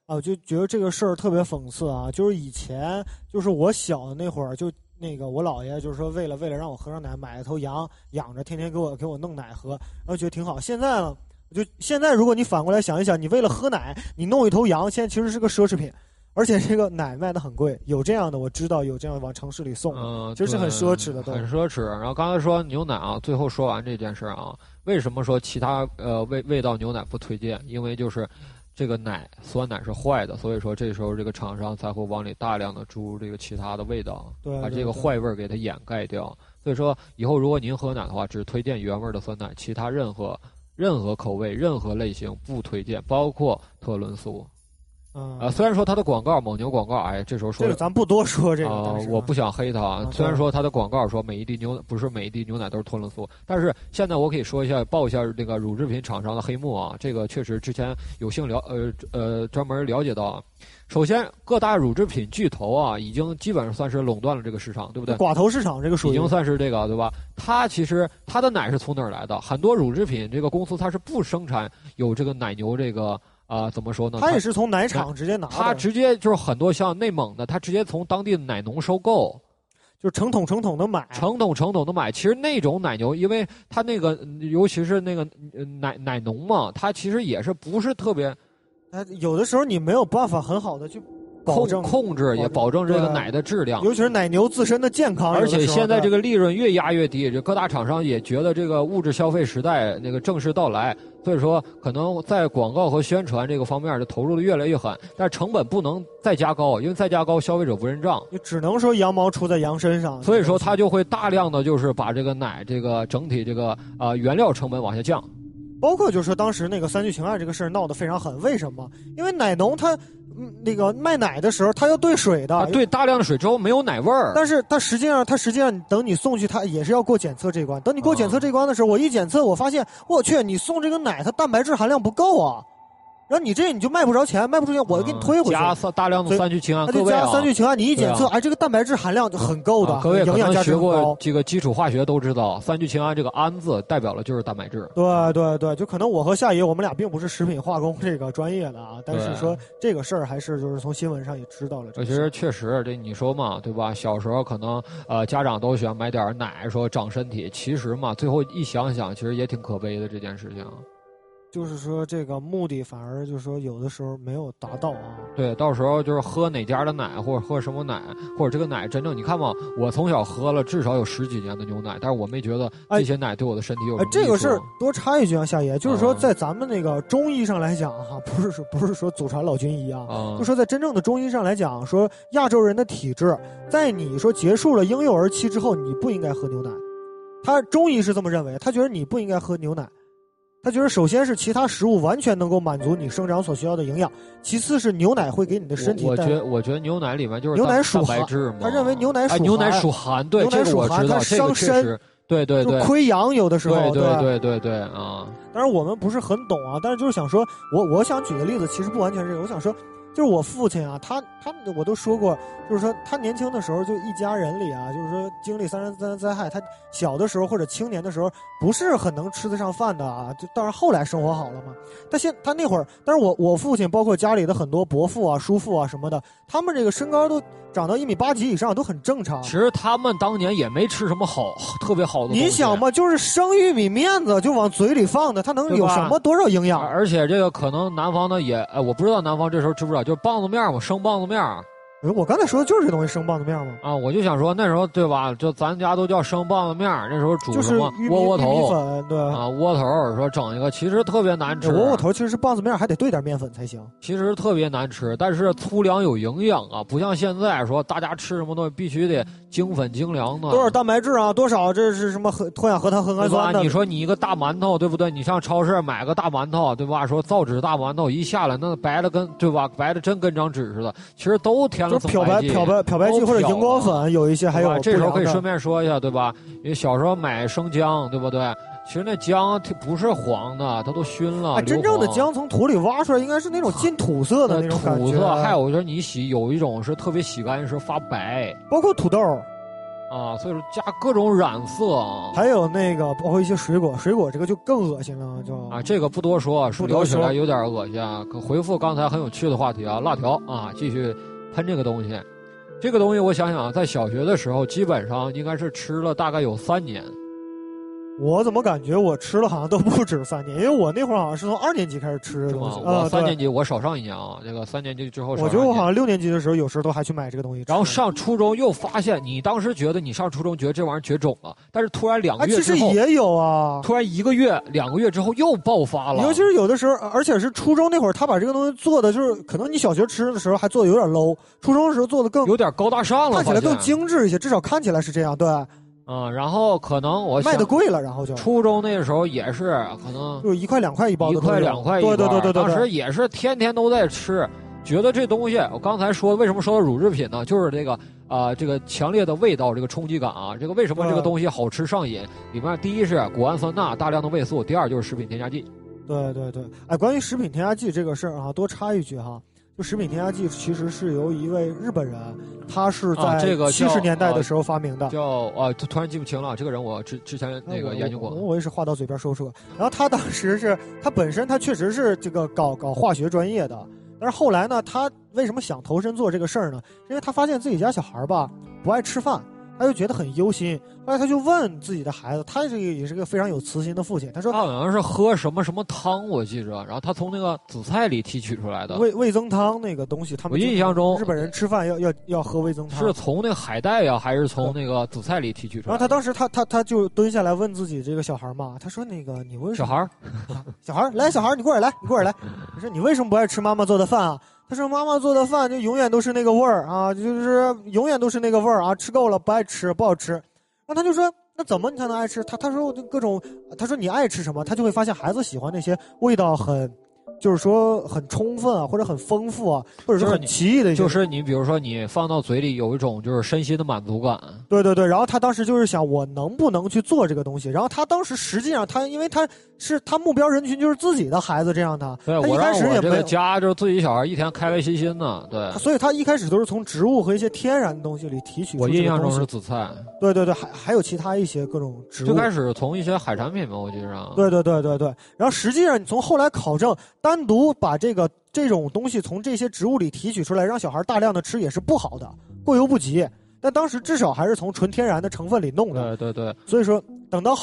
B: 啊，我就觉得这个事儿特别讽刺啊！就是以前，就是我小的那会儿，就那个我姥爷就是说为了让我喝上奶，买了头羊养着，天天给我弄奶喝，然后觉得挺好。现在呢，现在如果你反过来想一想，你为了喝奶，你弄一头羊，现在其实是个奢侈品，而且这个奶卖的很贵。有这样的我知道，有这样往城市里送，其实是很奢侈的，
A: 很奢侈。然后刚才说牛奶啊，最后说完这件事啊，为什么说其他味道牛奶不推荐？因为就是。这个酸奶是坏的，所以说这时候这个厂商才会往里大量的注入这个其他的味道，把这个坏味给它掩盖掉。所以说以后如果您喝奶的话，只推荐原味的酸奶，其他任何口味、任何类型不推荐，包括特仑苏。虽然说它的广告，蒙牛广告，哎，这时候说
B: 这个咱不多说这个，
A: 我不想黑它。虽然说它的广告说不是每一滴牛奶都是特仑苏，但是现在我可以说一下，报一下这个乳制品厂商的黑幕啊。这个确实之前有幸专门了解到。首先，各大乳制品巨头啊，已经基本上算是垄断了这个市场，对不对？
B: 寡头市场这个属于
A: 已经算是这个，对吧？它其实它的奶是从哪儿来的？很多乳制品这个公司它是不生产有这个奶牛这个。怎么说呢？
B: 他也是从奶厂直接拿的。
A: 他直接就是很多像内蒙的，他直接从当地的奶农收购，
B: 就是成桶的买。
A: 成桶的买。其实那种奶牛，因为他那个，尤其是那个奶农嘛，他其实也是不是特别。
B: 有的时候你没有办法很好的去
A: 控制，也保证这个奶的质量，
B: 尤其是奶牛自身的健康。
A: 而且现在这个利润越压越低，这各大厂商也觉得这个物质消费时代那个正式到来，所以说可能在广告和宣传这个方面就投入的越来越狠，但是成本不能再加高，因为再加高消费者不认账，
B: 你只能说羊毛出在羊身上。
A: 所以说他就会大量的就是把这个奶这个整体这个原料成本往下降。
B: 包括就是说当时那个三聚氰胺这个事儿闹得非常狠，为什么？因为奶农他那个卖奶的时候他要兑水的，
A: 兑大量的水之后没有奶味儿。
B: 但是他实际上等你送去，他也是要过检测这一关。等你过检测这一关的时候，我一检测我发现，我去，你送这个奶它蛋白质含量不够啊。然后你就卖不着钱，我给你推回去。
A: 加大量的三聚氰胺，
B: 各位啊，加三聚氰胺，你一检测，哎，这个蛋白质含量就很够的，
A: 各位
B: 营养价值
A: 学过这个基础化学都知道，三聚氰胺这个胺字代表的就是蛋白质。
B: 对，就可能我和夏爷我们俩并不是食品化工这个专业的啊，但是说这个事儿还是就是从新闻上也知道了。
A: 其实确实，这你说嘛，对吧？小时候可能家长都喜欢买点奶，说长身体，其实嘛，最后一想想，其实也挺可悲的这件事情。
B: 就是说这个目的反而就是说有的时候没有达到啊。
A: 对，到时候就是喝哪家的奶，或者喝什么奶，或者这个奶真正你看嘛，我从小喝了至少有10几年的牛奶，但是我没觉得这些奶对我的身体有什么益处。
B: 这个事儿多插一句啊，夏爷，就是说在咱们那个中医上来讲哈，不是说祖传老军医啊，就说在真正的中医上来讲，说亚洲人的体质，在你说结束了婴幼儿期之后，你不应该喝牛奶。他中医是这么认为，他觉得你不应该喝牛奶。他觉得首先是其他食物完全能够满足你生长所需要的营养，其次是牛奶会给你的身体带来。
A: 我觉得牛奶里面就是
B: 牛奶属
A: 蛋白质嘛。
B: 他认为牛奶属含。
A: 牛奶属含，对，
B: 牛奶属含，它伤身。
A: 对，
B: 亏阳有的时候。
A: 对啊。
B: 当然我们不是很懂啊，但是就是想说，我想举个例子，其实不完全是这个，我想说。就是我父亲啊，他我都说过，就是说他年轻的时候就一家人里啊，就是说经历自然灾害，他小的时候或者青年的时候不是很能吃得上饭的啊，就当然后来生活好了嘛。他那会儿，但是我父亲包括家里的很多伯父啊、叔父啊什么的，他们这个身高都长到1.8米以上，都很正常。
A: 其实他们当年也没吃什么特别好的东西。
B: 你想嘛，就是生玉米面子就往嘴里放的，它能有什么多少营养？
A: 而且这个可能南方的也，我不知道南方这时候知不知道。就棒子面嘛，生棒子面。
B: 我刚才说的就是这东西，生棒子面嘛。
A: 啊，我就想说那时候对吧？就咱家都叫生棒子面，那时候煮什么窝头、
B: 玉米粉，对
A: 啊，窝头说整一个，其实特别难吃。
B: 窝头其实是棒子面，还得兑点面粉才行。
A: 其实特别难吃，但是粗粮有营养啊，不像现在说大家吃什么东西必须得精粉精粮的。
B: 多少蛋白质啊？多少这是什么脱氧核糖核苷酸的？
A: 你说你一个大馒头，对不对？你上超市买个大馒头，对吧？说造纸大馒头一下来，那白的跟对吧？白的真跟张纸似的。其实都添了
B: 漂白剂或者荧光粉，有一些还有。
A: 这时候可以顺便说一下，对吧？因为小时候买生姜，对不对？其实那姜它不是黄的，它都熏了。
B: 真正的姜从土里挖出来，应该是那种金土色的那种感觉。
A: 土色，还有就是你洗，有一种是特别洗干净是发白，
B: 包括土豆。
A: 啊，所以说加各种染色啊，
B: 还有那个包括一些水果这个就更恶心了，就
A: 啊，这个不多说，聊起来有点恶心啊。可回复刚才很有趣的话题啊，辣条啊，继续喷这个东西。这个东西我想想，在小学的时候基本上应该是吃了大概有3年。
B: 我怎么感觉我吃了好像都不止3年，因为我那会儿好像是从2年级开始吃这个东西。
A: 我3年级我少上1年啊，这个3年级之后少上1年。
B: 我觉得我好像6年级的时候有时候都还去买这个东西。
A: 然后上初中又发现，你当时觉得你上初中觉得这玩意儿绝种了，但是突然2个月之后，
B: 其实也有啊，
A: 突然1个月、2个月之后又爆发了。
B: 尤其是有的时候，而且是初中那会儿，他把这个东西做的就是，可能你小学吃的时候还做的有点 low， 初中的时候做的更
A: 有点高大上了，
B: 看起来更精致一些，至少看起来是这样，对。
A: 然后可能我
B: 卖的贵了，然后就
A: 初中那个时候也是可能
B: 就1块2块一包的，1
A: 块2块一包，
B: 对，
A: 当时也是天天都在吃，觉得这东西，我刚才说为什么说到乳制品呢？就是这个这个强烈的味道，这个冲击感啊，这个为什么这个东西好吃上瘾？里面第一是谷氨酸钠大量的味素，第二就是食品添加剂。
B: 对，哎，关于食品添加剂这个事儿啊，多插一句哈。就食品添加剂其实是由一位日本人，他是在70年代的时候发明的。
A: 突然记不清了，这个人我之前那个研究过。
B: 我也是话到嘴边说出。然后他当时是他本身他确实是这个搞化学专业的，但是后来呢，他为什么想投身做这个事儿呢？因为他发现自己家小孩吧不爱吃饭。他就觉得很忧心，后来他就问自己的孩子，他这个也是个非常有慈心的父亲。他说，
A: 他好像是喝什么什么汤，我记着，然后他从那个紫菜里提取出来的
B: 味增汤那个东西。他们
A: 我印象中
B: 日本人吃饭要喝味增汤，
A: 是从那个海带呀，还是从那个紫菜里提取出来的？
B: 然后他当时他就蹲下来问自己这个小孩嘛，他说那个你为什么小孩来小孩你过来，他说你为什么不爱吃妈妈做的饭啊？他说妈妈做的饭就永远都是那个味儿啊，就是永远都是那个味儿啊，吃够了不爱吃不好吃。然后他就说那怎么你才能爱吃？他说各种，他说你爱吃什么，他就会发现孩子喜欢那些味道就是说很充分啊，或者很丰富啊，或者是很奇异的一些。
A: 就是你比如说你放到嘴里有一种就是身心的满足感。
B: 对，然后他当时就是想我能不能去做这个东西。然后他当时实际上因为他目标人群就是自己的孩子这样的。
A: 对，
B: 他一开始也没有
A: 家就是自己小孩一天开开心心的。对，
B: 所以他一开始都是从植物和一些天然的东西里提取出。
A: 我印象中是紫菜。
B: 对，还有其他一些各种植物。
A: 最开始从一些海产品嘛，我记着。
B: 对。然后实际上你从后来考证，单独把这种东西从这些植物里提取出来，让小孩大量的吃也是不好的，过犹不及。但当时至少还是从纯天然的成分里弄的。
A: 对。
B: 所以说，等到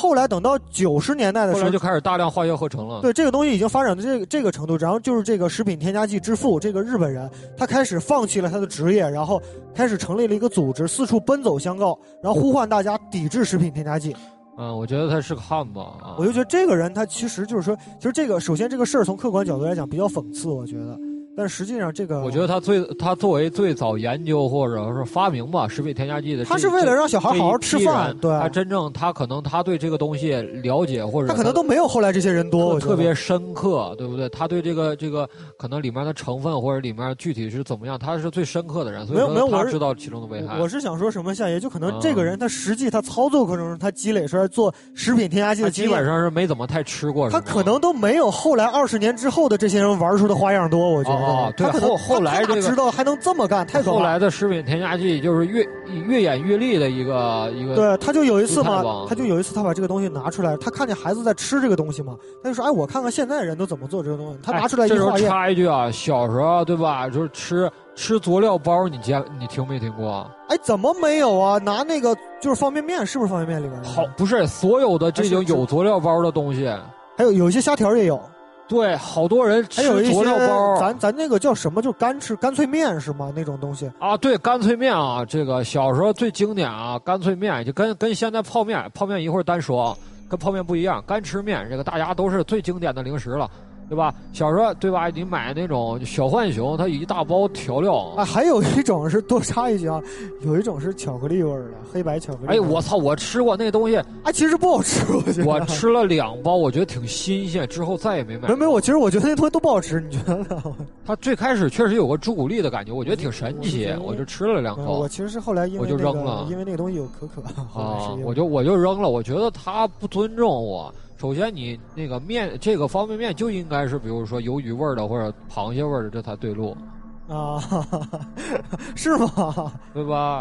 B: 90年代的时候，
A: 后来就开始大量化学合成了。
B: 对，这个东西已经发展到这个程度，然后就是这个食品添加剂之父这个日本人，他开始放弃了他的职业，然后开始成立了一个组织，四处奔走相告，然后呼唤大家抵制食品添加剂。
A: 我觉得他是个汉子啊。
B: 我就觉得这个人他其实就是说，其实这个首先这个事儿从客观角度来讲比较讽刺，我觉得。但实际上这个，
A: 我觉得他作为最早研究或者是发明吧食品添加剂的，
B: 他是为了让小孩好好吃饭。对，
A: 他真正他可能他对这个东西了解或者
B: 他可能都没有后来这些人多，
A: 特别深刻，对不对？他对这个可能里面的成分或者里面具体是怎么样，他是最深刻的人，所以说他知道其中的危害。
B: 我是想说什么，夏爷就可能这个人他实际他操作过程中他积累出来做食品添加剂的经验，
A: 基本上是没怎么太吃过，
B: 他可能都没有后来20年之后的这些人玩出的花样多，我觉得。
A: 对，后来这个
B: 知道还能这么干，太
A: 后来的食品添加剂就是越演越烈的一个。
B: 对，他就有一次他把这个东西拿出来，他看见孩子在吃这个东西嘛，他就说：“哎，我看看现在人都怎么做这个东西。”他拿出来一化验。
A: 这时候插一句啊，小时候对吧，就是吃佐料包，你听没听过？
B: 哎，怎么没有啊？拿那个就是方便面，是不是方便面里边？
A: 好，不是所有的这种有佐料包的东西，
B: 还有一些虾条也有。
A: 对，好多人吃佐料包，
B: 咱那个叫什么？就干脆面是吗？那种东西
A: 啊，对，干脆面啊，这个小时候最经典啊，干脆面就跟现在泡面一会儿单说，跟泡面不一样，干吃面这个大家都是最经典的零食了。对吧？小时候对吧？你买那种小浣熊，它一大包调料
B: 啊。还有一种是多插一句啊，有一种是巧克力味的，黑白巧克力。
A: 哎，我操！我吃过那东西，
B: 啊，其实不好吃，我觉得。
A: 我吃了2包，我觉得挺新鲜，之后再也没买。
B: 没，其实我觉得那东西都不好吃，你觉得呢？
A: 它最开始确实有个朱古力的感觉，我觉得挺神奇，我就吃了2口。
B: 我其实是后来因为
A: 我就扔了，
B: 因为那个东西有可
A: 啊，我就扔了。我觉得他不尊重我。首先，你那个面，这个方便面就应该是，比如说鱿鱼味的或者螃蟹味的，这才对路
B: 啊，是吗？
A: 对吧？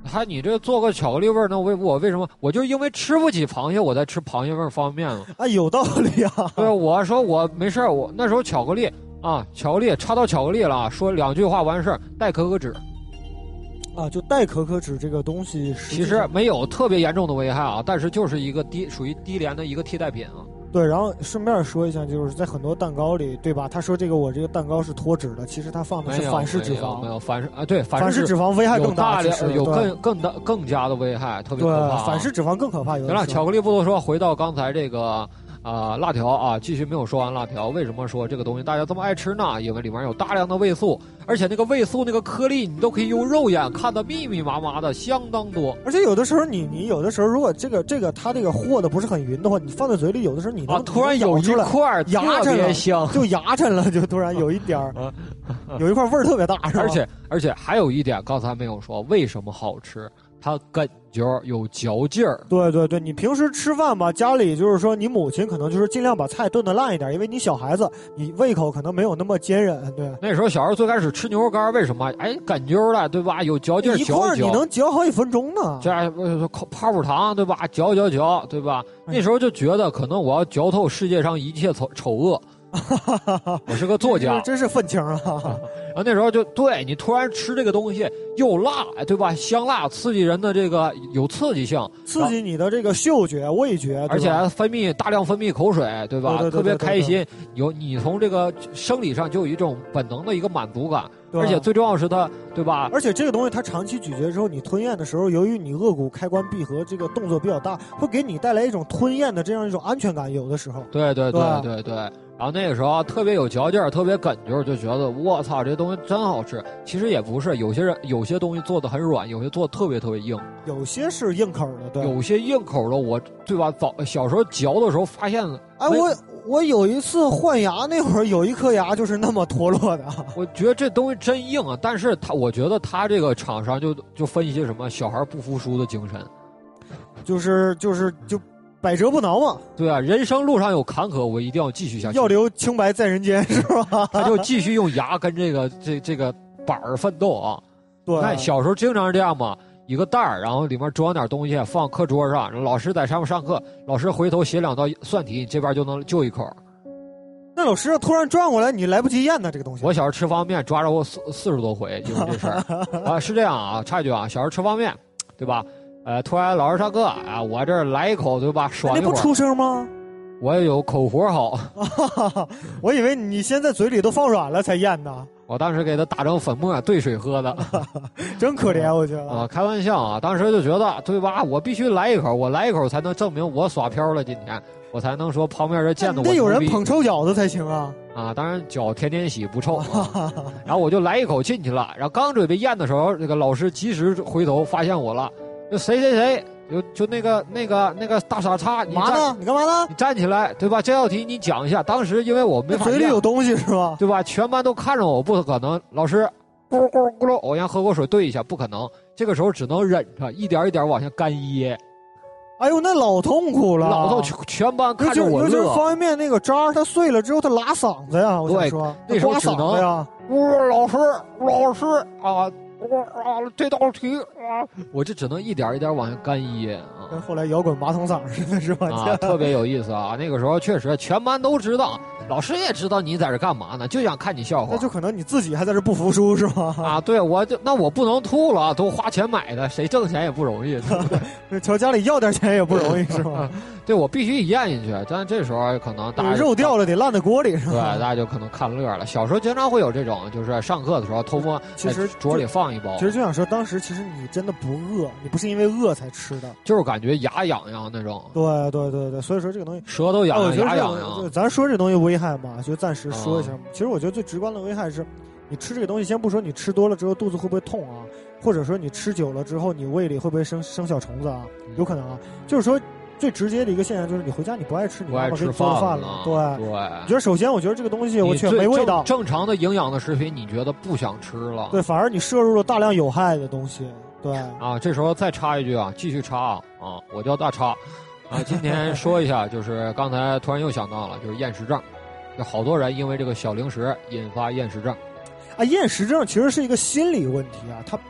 A: 你这做个巧克力味儿，那我为什么？我就是因为吃不起螃蟹，我才吃螃蟹味儿方便面嘛。
B: 啊，有道理啊。
A: 对，我说我没事，我那时候巧克力插到巧克力了，说2句话完事儿，代可可脂。
B: 啊，就代可可脂这个东西，
A: 其实没有特别严重的危害啊，但是就是一个属于低廉的一个替代品啊。
B: 对，然后顺便说一下，就是在很多蛋糕里，对吧？他说我这个蛋糕是脱脂的，其实他放的是反式脂肪，
A: 没有对，
B: 反式脂肪危害更大，
A: 有更加的危害，特别可怕。
B: 反式脂肪更可怕。
A: 行了，巧克力不多说，回到刚才这个。辣条啊，继续没有说完辣条。为什么说这个东西大家这么爱吃呢？因为里面有大量的味素，而且那个味素那个颗粒，你都可以用肉眼看得密密麻麻的，相当多。
B: 而且有的时候你有的时候，如果它这个和的不是很匀的话，你放在嘴里，有的时候你
A: 突然有一块
B: 牙碜
A: 别香，
B: 就牙碜了，就突然有一点有一块味儿特别大，是吧？
A: 而且还有一点，刚才没有说为什么好吃。它哏啾有嚼劲儿。
B: 对对对，你平时吃饭吧，家里就是说你母亲可能就是尽量把菜炖得烂一点，因为你小孩子你胃口可能没有那么坚韧。对，
A: 那时候小孩最开始吃牛肉干，为什么？哎，哏啾了，对吧？有嚼劲儿，
B: 一块你能嚼好几分钟呢。
A: 这泡泡糖，对吧？嚼，对吧？那时候就觉得可能我要嚼透世界上一切丑恶。我是个作家，
B: 真是愤青啊！
A: 然后那时候就对你突然吃这个东西又辣，对吧？香辣刺激人的这个有刺激性，
B: 刺激你的这个嗅觉、味觉，
A: 而且还大量分泌口水，对吧？
B: 对，
A: 特别开心。你从这个生理上就有一种本能的一个满足感，而且最重要是它，对吧？
B: 而且这个东西它长期咀嚼之后，你吞咽的时候，由于你颚骨开关闭合这个动作比较大，会给你带来一种吞咽的这样一种安全感。有的时候，
A: 对。然后那个时候特别有嚼劲儿，特别哏啾，就觉得我操，这东西真好吃。其实也不是，有些东西做的很软，有些做的特别特别硬，
B: 有些是硬口的，对，
A: 有些硬口的，对吧？小时候嚼的时候发现，
B: 哎，我有一次换牙那会儿，有一颗牙就是那么脱落的。
A: 我觉得这东西真硬啊，但是我觉得他这个厂商就分析什么小孩不服输的精神，
B: 就百折不挠嘛。
A: 对啊，人生路上有坎坷，我一定要继续下去。
B: 要留清白在人间，是吧？
A: 他就继续用牙跟这个板儿奋斗啊。
B: 对，
A: 看小时候经常是这样嘛，一个袋儿，然后里面装点东西放课桌上，老师在上面上课，老师回头写2道算题，你这边就能就一口。
B: 那老师突然转过来，你来不及咽呢，这个东西。
A: 我小时候吃方便面抓着我40多回，因为这事儿啊，是这样啊，插一句啊，小时候吃方便面，对吧？突然老师上课啊，我这来一口，对吧？爽一会儿。
B: 你不出声吗？
A: 我也有口活好。
B: 我以为你先在嘴里都放软了才咽呢。
A: 我当时给他打成粉末兑水喝的。
B: 真可怜，我觉得。
A: 啊，开玩笑啊，当时就觉得，对吧？我必须来一口，我来一口才能证明我耍飘了。今天我才能说旁边人见到我。
B: 得有人捧臭脚子才行啊。
A: 啊，当然脚天天洗不臭。然后我就来一口进去了，然后刚准备咽的时候，这个老师及时回头发现我了，就谁。就那个大傻叉，你
B: 干嘛呢？你干嘛呢？
A: 你站起来，对吧？这道题你讲一下。当时因为我没法，
B: 嘴里有东西是吧？
A: 对吧？全班都看着我，不可能。老师，咕噜咕噜，我先喝口水兑一下，不可能。这个时候只能忍着，一点一点往下干噎。
B: 哎呦，那老痛苦了！
A: 老痛，全班看着我乐。
B: 尤其是方便面那个渣，它碎了之后，它拉嗓子呀！我想说，
A: 那时候只能
B: 呀。
A: 老师啊！这道题啊，我这只能一点一点往下干噎啊。
B: 跟后来摇滚马桶嗓似的，是吧？
A: 啊，特别有意思啊！那个时候确实全班都知道，老师也知道你在这干嘛呢，就想看你笑话。
B: 那就可能你自己还在这不服输是吧？
A: 啊，对，那我不能吐了，都花钱买的，谁挣钱也不容易。
B: 朝家里要点钱也不容易是吧？
A: 对，我必须咽进去，但这时候可能大家
B: 肉掉了得烂在锅里是吧？
A: 对，大家就可能看乐了。小时候经常会有这种，就是上课的时候偷摸，
B: 其实
A: 桌里放一包。
B: 其实就想说，当时其实你真的不饿，你不是因为饿才吃的，
A: 就是感觉牙痒痒那种。
B: 对，所以说这个东西
A: 舌头痒痒，牙痒痒。
B: 咱说这东西危害嘛，就暂时说一下。其实我觉得最直观的危害是，你吃这个东西，先不说你吃多了之后肚子会不会痛啊，或者说你吃久了之后你胃里会不会生小虫子啊？有可能啊。就是说最直接的一个现象就是你回家你不爱吃，你妈妈给你做饭了。对，我觉得首先我觉得这个东西我觉得没味道。
A: 正常的营养的食品你觉得不想吃了？
B: 对，反而你摄入了大量有害的东西。对
A: 啊，这时候再插一句啊，继续插啊，我叫大插啊。今天说一下，就是刚才突然又想到了，就是厌食症，有好多人因为这个小零食引发厌食症。
B: 啊，厌食症其实是一个心理问题啊，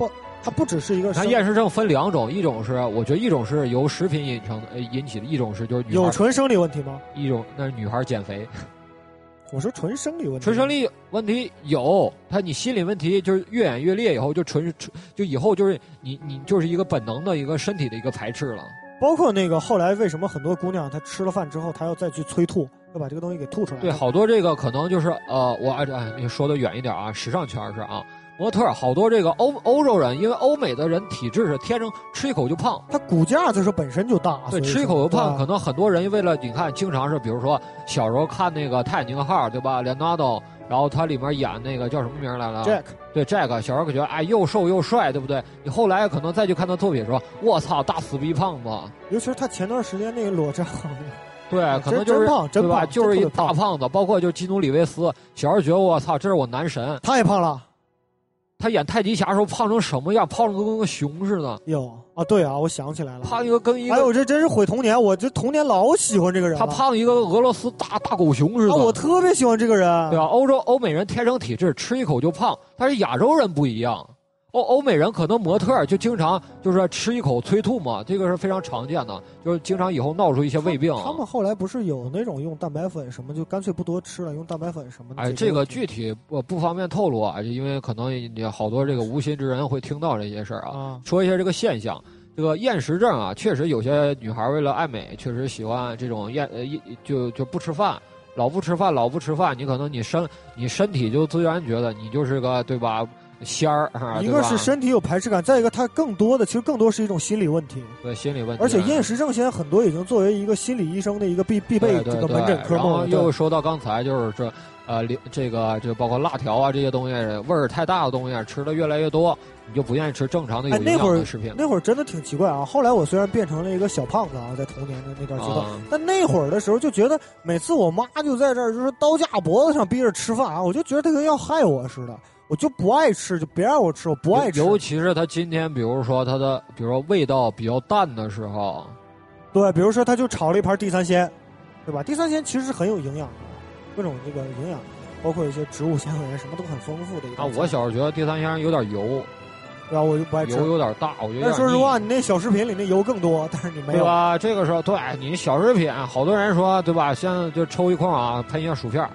B: 它不只是一个。
A: 它厌食症分2种，一种是我觉得一种是由食品引起的，一种是就是
B: 有纯生理问题吗？
A: 一种那是女孩减肥。
B: 我说纯生理问题，
A: 纯生理问题有，你心理问题就是越演越烈以后就以后就是你就是一个本能的一个身体的一个排斥了。
B: 包括那个后来为什么很多姑娘她吃了饭之后她要再去催吐，要把这个东西给吐出来。
A: 对，好多这个可能就是你说的远一点啊，时尚圈是啊。模特好多这个欧洲人，因为欧美的人体质是天生吃一口就胖，
B: 他骨架就是本身就大，
A: 对，吃一口就胖。可能很多人为了你看，经常是比如说小时候看那个泰坦尼克号，对吧？连纳多，然后他里面演那个叫什么名来了
B: ？Jack，
A: 对 Jack， 小时候觉得哎又瘦又帅，对不对？你后来可能再去看他作品说，我操，大死逼胖子。
B: 尤其是他前段时间那个裸照。
A: 对，可能就是
B: 真胖，
A: 就是一大胖子。包括就基努里维斯，小时候觉得我操，这是我男神，
B: 太胖了。
A: 他演太极侠的时候胖成什么样？胖成跟个熊似的。
B: 有啊，对啊，我想起来了，
A: 胖一个跟一个。
B: 哎呦，这真是毁童年！我这童年老喜欢这个人。
A: 他胖一个俄罗斯大狗熊似的。
B: 我特别喜欢这个人。
A: 对啊，欧美人天生体质吃一口就胖，但是亚洲人不一样。欧美人可能模特就经常就是吃一口催吐嘛，这个是非常常见的，就是经常以后闹出一些胃病。
B: 他们后来不是有那种用蛋白粉什么，就干脆不多吃了，用蛋白粉什么的。
A: 哎，这个具体不方便透露啊，因为可能也好多这个无心之人会听到这些事儿啊。说一下这个现象，这个厌食症啊，确实有些女孩为了爱美，确实喜欢这种就不吃饭，老不吃饭，你可能你身体就自然觉得你就是个对吧？仙儿，
B: 一个是身体有排斥感，再一个它更多是一种心理问题。
A: 对，心理问题。
B: 而且厌食症现在很多已经作为一个心理医生的一个必备这个门诊科目了。
A: 又说到刚才就是这个包括辣条啊这些东西味儿太大的东西吃的越来越多，你就不愿意吃正常的有营养的食品。
B: 那会儿真的挺奇怪啊。后来我虽然变成了一个小胖子啊，在童年的那段阶段，但那会儿的时候就觉得每次我妈就在这儿就是刀架脖子上逼着吃饭啊，我就觉得她跟要害我似的。我就不爱吃，就别让我吃，我不爱吃。
A: 尤其是他今天，比如说味道比较淡的时候，
B: 对，比如说他就炒了一盘地三鲜，对吧？地三鲜其实是很有营养的，各种这个营养，包括一些植物纤维，什么都很丰富的一个。
A: 啊，我小时候觉得地三鲜有点油，
B: 对吧？我就不爱吃，
A: 油有点大，我觉得。
B: 但说实话，你那小食品里那油更多，但是你没有。
A: 对吧？这个时候，对你小食品，好多人说，对吧？现在就抽一空啊，喷一下薯片。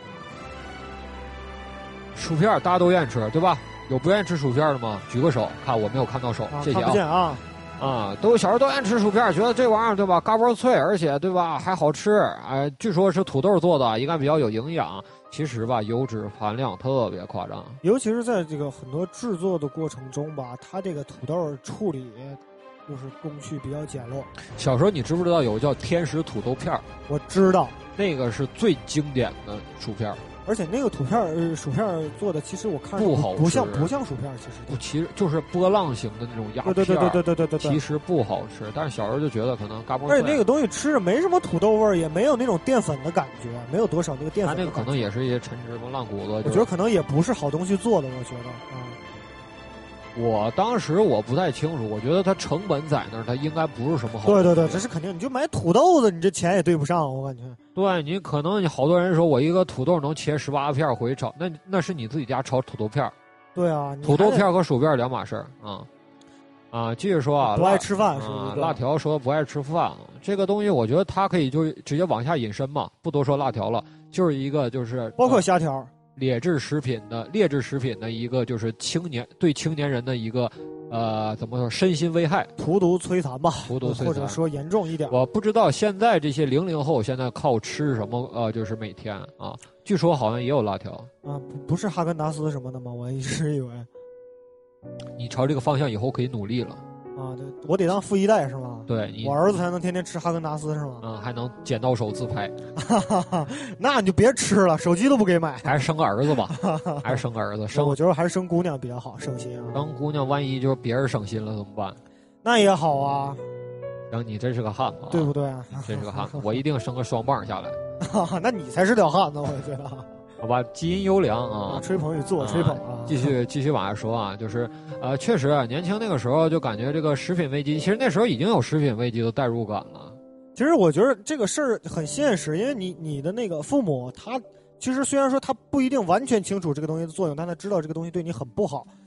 A: 薯片大家都愿意吃，对吧？有不愿意吃薯片的吗？举个手，看我没有看到手，谢谢啊。
B: 看不见啊。
A: 都小时候都愿意吃薯片，觉得这玩意儿对吧，嘎嘣脆，而且对吧还好吃。据说是土豆做的，应该比较有营养。其实吧，油脂含量特别夸张，
B: 尤其是在这个很多制作的过程中吧，它这个土豆处理就是工序比较简陋。
A: 小时候你知不知道有叫天使土豆片？
B: 我知道，
A: 那个是最经典的薯片。
B: 而且那个薯片做的，其实我看
A: 不好吃，
B: 不像薯片，
A: 其实就是波浪形的那种鸦片。
B: 对，
A: 其实不好吃，但是小时候就觉得可能嘎嘣脆。
B: 而且那个东西吃着没什么土豆味儿，也没有那种淀粉的感觉，没有多少那个淀粉。
A: 它那个可能也是一些陈芝麻烂谷子。
B: 我觉得可能也不是好东西做的，我觉得
A: 我当时我不太清楚，我觉得它成本在那儿，它应该不是什么好。
B: 对，这是肯定。你就买土豆子，你这钱也对不上，我感觉。
A: 对你可能你好多人说我一个土豆能切18片回去炒，那是你自己家炒土豆片。
B: 对啊，
A: 土豆片和薯片两码事儿啊。继续说啊，
B: 不爱吃饭是
A: 吧？辣条说不爱吃饭，这个东西我觉得它可以就直接往下引申嘛，不多说辣条了，就是一个就是
B: 包括虾条。
A: 劣质食品的一个就是对青年人的一个怎么说身心危害，
B: 荼毒摧残吧，
A: 荼毒摧残，
B: 或者说严重一点。
A: 我不知道现在这些00后现在靠吃什么就是每天啊，据说好像也有辣条
B: 啊，不是哈根达斯什么的吗？我一直以为。
A: 你朝这个方向以后可以努力了。
B: 啊，对，我得当富一代是吗？
A: 对，
B: 我儿子才能天天吃哈根达斯是吗？
A: 还能剪刀手自拍。
B: 那你就别吃了，手机都不给买。
A: 还是生个儿子吧，还是生个儿子。
B: 我觉得还是生姑娘比较好，省心啊。
A: 生姑娘万一就是别人省心了怎么办？
B: 那也好啊。
A: 行，你真是个汉子，
B: 对不对啊？
A: 真是个汉子，我一定生个双棒下来。
B: 那你才是条汉子，我觉得。
A: 好吧，基因优良啊，
B: 吹捧与自我吹捧啊。
A: 继续往下说啊，就是确实年轻那个时候就感觉这个食品危机，其实那时候已经有食品危机的代入感了。
B: 其实我觉得这个事儿很现实，因为你的那个父母，他其实虽然说他不一定完全清楚这个东西的作用，但他知道这个东西对你很不好。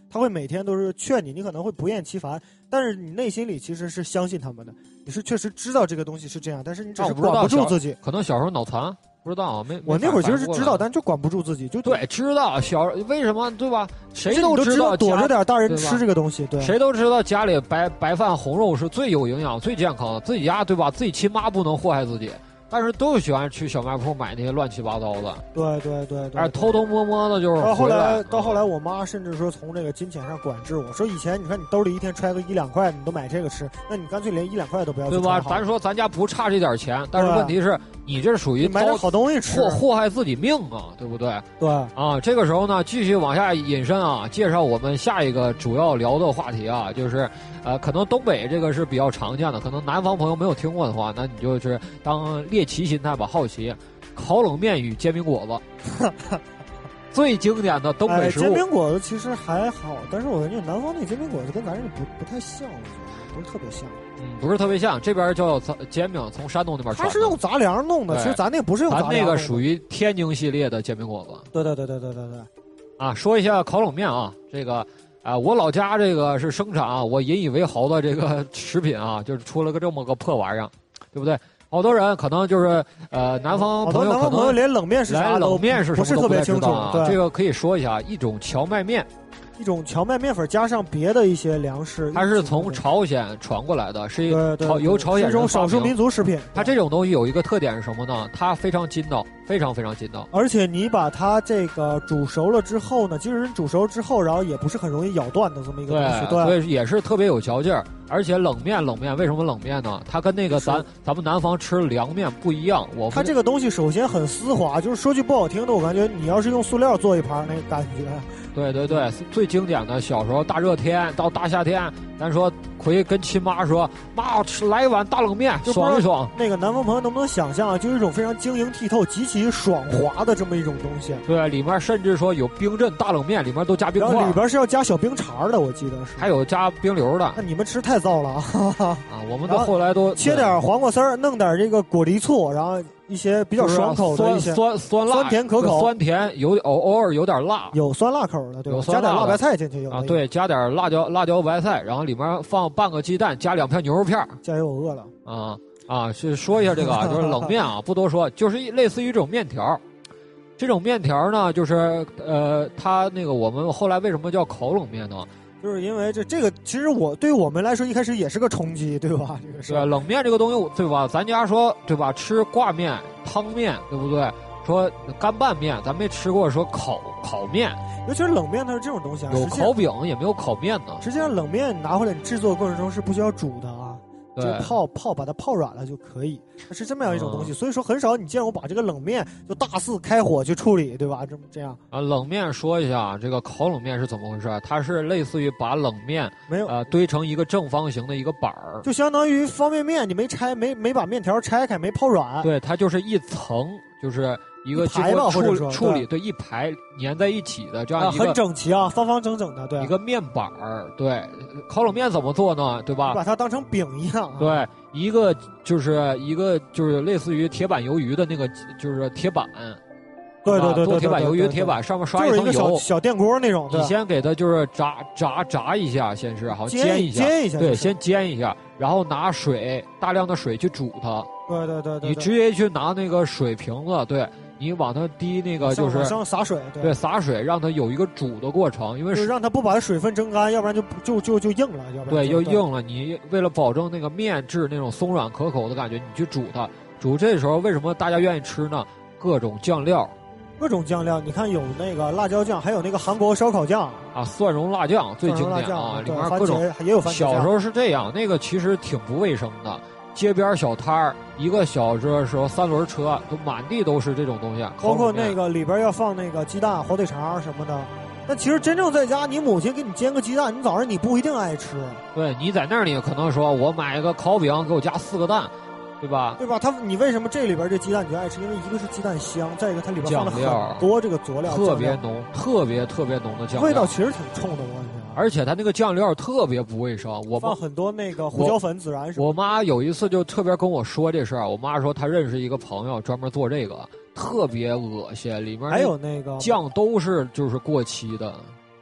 B: 他会每天都是劝你，你可能会不厌其烦，但是你内心里其实是相信他们的，你是确实知道这个东西是这样，但是你只是管不住自己。
A: 可能小时候脑残。不知道
B: 我那会儿其实是知道，但就管不住自己，就
A: 对知道为什么对吧？谁都
B: 知道躲着点大人吃这个东西，对，
A: 谁都知道家里白饭红肉是最有营养、最健康的，自己家对吧？自己亲妈不能祸害自己。但是都喜欢去小卖铺买那些乱七八糟的，
B: 对，
A: 而偷偷摸摸的，就是
B: 到后来，我妈甚至说从这个金钱上管制我，说以前你看你兜里一天揣个1-2块，你都买这个吃，那你干脆连1-2块都不要，
A: 对吧？咱说咱家不差这点钱，但是问题是你这属于
B: 买点好东西吃，
A: 祸害自己命啊，对不对？
B: 对
A: 啊，这个时候呢，继续往下引申啊，介绍我们下一个主要聊的话题啊，就是。可能东北这个是比较常见的，可能南方朋友没有听过的话，那你就是当猎奇心态吧，好奇。烤冷面与煎饼果子，最经典的东北食物。
B: 煎饼果子其实还好，但是我感觉南方那煎饼果子跟咱这不太像，我觉得不是特别像。
A: 不是特别像，这边叫煎饼，从山东那边传。
B: 它是用杂粮弄的，其实咱那不是用杂粮。
A: 咱那个属于天津系列的煎饼果子。
B: 对。
A: 啊，说一下烤冷面啊，这个。我老家这个是生产我引以为豪的这个食品啊，就是出了个这么个破玩意儿，对不对？好多人可能就是南方朋友可能
B: 连冷面是啥
A: 冷面是什么
B: 不是特别清楚
A: 啊。这个可以说一下，一种荞麦面。
B: 一种荞麦面粉加上别的一些粮食，
A: 它是从朝鲜传过来的，是由朝鲜人
B: 是一种少数民族食品。
A: 它这种东西有一个特点是什么呢？它非常筋道，非常非常筋道。
B: 而且你把它这个煮熟了之后呢，即使煮熟之后，然后也不是很容易咬断的这么一个东西，对，
A: 所以也是特别有嚼劲儿。而且冷面为什么冷面呢？它跟那个咱们南方吃凉面不一样。它
B: 这个东西首先很丝滑，就是说句不好听的，我感觉你要是用塑料做一盘那个感觉。
A: 对，最经典的小时候大热天到大夏天，咱说回跟亲妈说，妈来一碗大冷面，爽一爽。
B: 那个南方朋友能不能想象啊？就是一种非常晶莹剔透、极其爽滑的这么一种东西。
A: 对，里面甚至说有冰镇大冷面，里面都加冰块，
B: 里边是要加小冰碴的，我记得是。
A: 还有加冰流的。
B: 那你们吃太糟了啊！
A: 我们到后来都
B: 切点黄瓜丝儿，弄点这个果梨醋，然后一些比较爽口的一些
A: 酸辣、
B: 酸甜可口、
A: 酸甜偶尔有点辣，
B: 有酸辣口的，对吧？
A: 加
B: 点辣白菜进去
A: 啊，对，加点辣椒白菜，然后里面放半个鸡蛋，加2片牛肉片。
B: 加油，我饿了
A: 是说一下这个就是冷面啊，不多说，就是类似于这种面条。这种面条呢，就是它那个我们后来为什么叫烤冷面呢？
B: 就是因为这个，其实对于我们来说一开始也是个冲击，对吧？这个是
A: 冷面这个东西，对吧？咱家说对吧？吃挂面、汤面，对不对？说干拌面，咱没吃过说烤面，
B: 尤其是冷面，它是这种东西啊，
A: 有烤饼也没有烤面呢。
B: 实际上，冷面你拿回来，你制作过程中是不需要煮的啊。就把它泡软了就可以，是这么样一种东西。所以说很少你见我把这个冷面就大肆开火去处理，对吧？这样
A: 啊，冷面说一下，这个烤冷面是怎么回事？它是类似于把冷面堆成一个正方形的一个板儿，
B: 就相当于方便面，你没把面条拆开，没泡软。
A: 对，它就是一层，就是一个
B: 经过
A: 处理，对，一排粘在一起的这样一个
B: 很整齐啊，方方正正的，对，
A: 一个面板儿。对，烤冷面怎么做呢？对吧？
B: 把它当成饼一样。
A: 对，一个就是类似于铁板鱿鱼的那个，就是铁板。
B: 对，
A: 做铁板鱿鱼的铁板，上面刷一层油，
B: 就是小电锅那种。
A: 你先给它就是炸一下，先是好煎一下，对，先煎一下，然后拿大量的水去煮它。
B: 对，
A: 你直接去拿那个水瓶子，对。你往它滴那个就是
B: 上洒水，
A: 对，洒水让它有一个煮的过程，因为
B: 让它不把水分蒸干，要不然就硬了，要不然
A: 对又硬了。你为了保证那个面质那种松软可口的感觉，你去煮它。煮这时候为什么大家愿意吃呢？各种酱料，
B: 你看有那个辣椒酱，还有那个韩国烧烤酱
A: 啊，蒜蓉辣酱最经典啊，里面各种
B: 也有番茄酱。
A: 小时候是这样，那个其实挺不卫生的。街边小摊儿，一个小时时候3轮车都满地都是这种东西，
B: 包括那个里边要放那个鸡蛋、火腿肠什么的。但其实真正在家，你母亲给你煎个鸡蛋，你早上你不一定爱吃。
A: 对，你在那里可能说我买一个烤饼，给我加4个蛋，对吧？
B: 你为什么这里边这鸡蛋你就爱吃？因为一个是鸡蛋香，再一个它里边放了很多这个佐料，
A: 特别浓，特别浓的酱料，
B: 味道其实挺冲的，我感觉。
A: 而且它那个酱料特别不卫生，我
B: 放很多那个胡椒粉、孜然什么。
A: 我妈有一次就特别跟我说这事儿，我妈说她认识一个朋友专门做这个，特别恶心，里面
B: 还有那个
A: 酱都是就是过期的。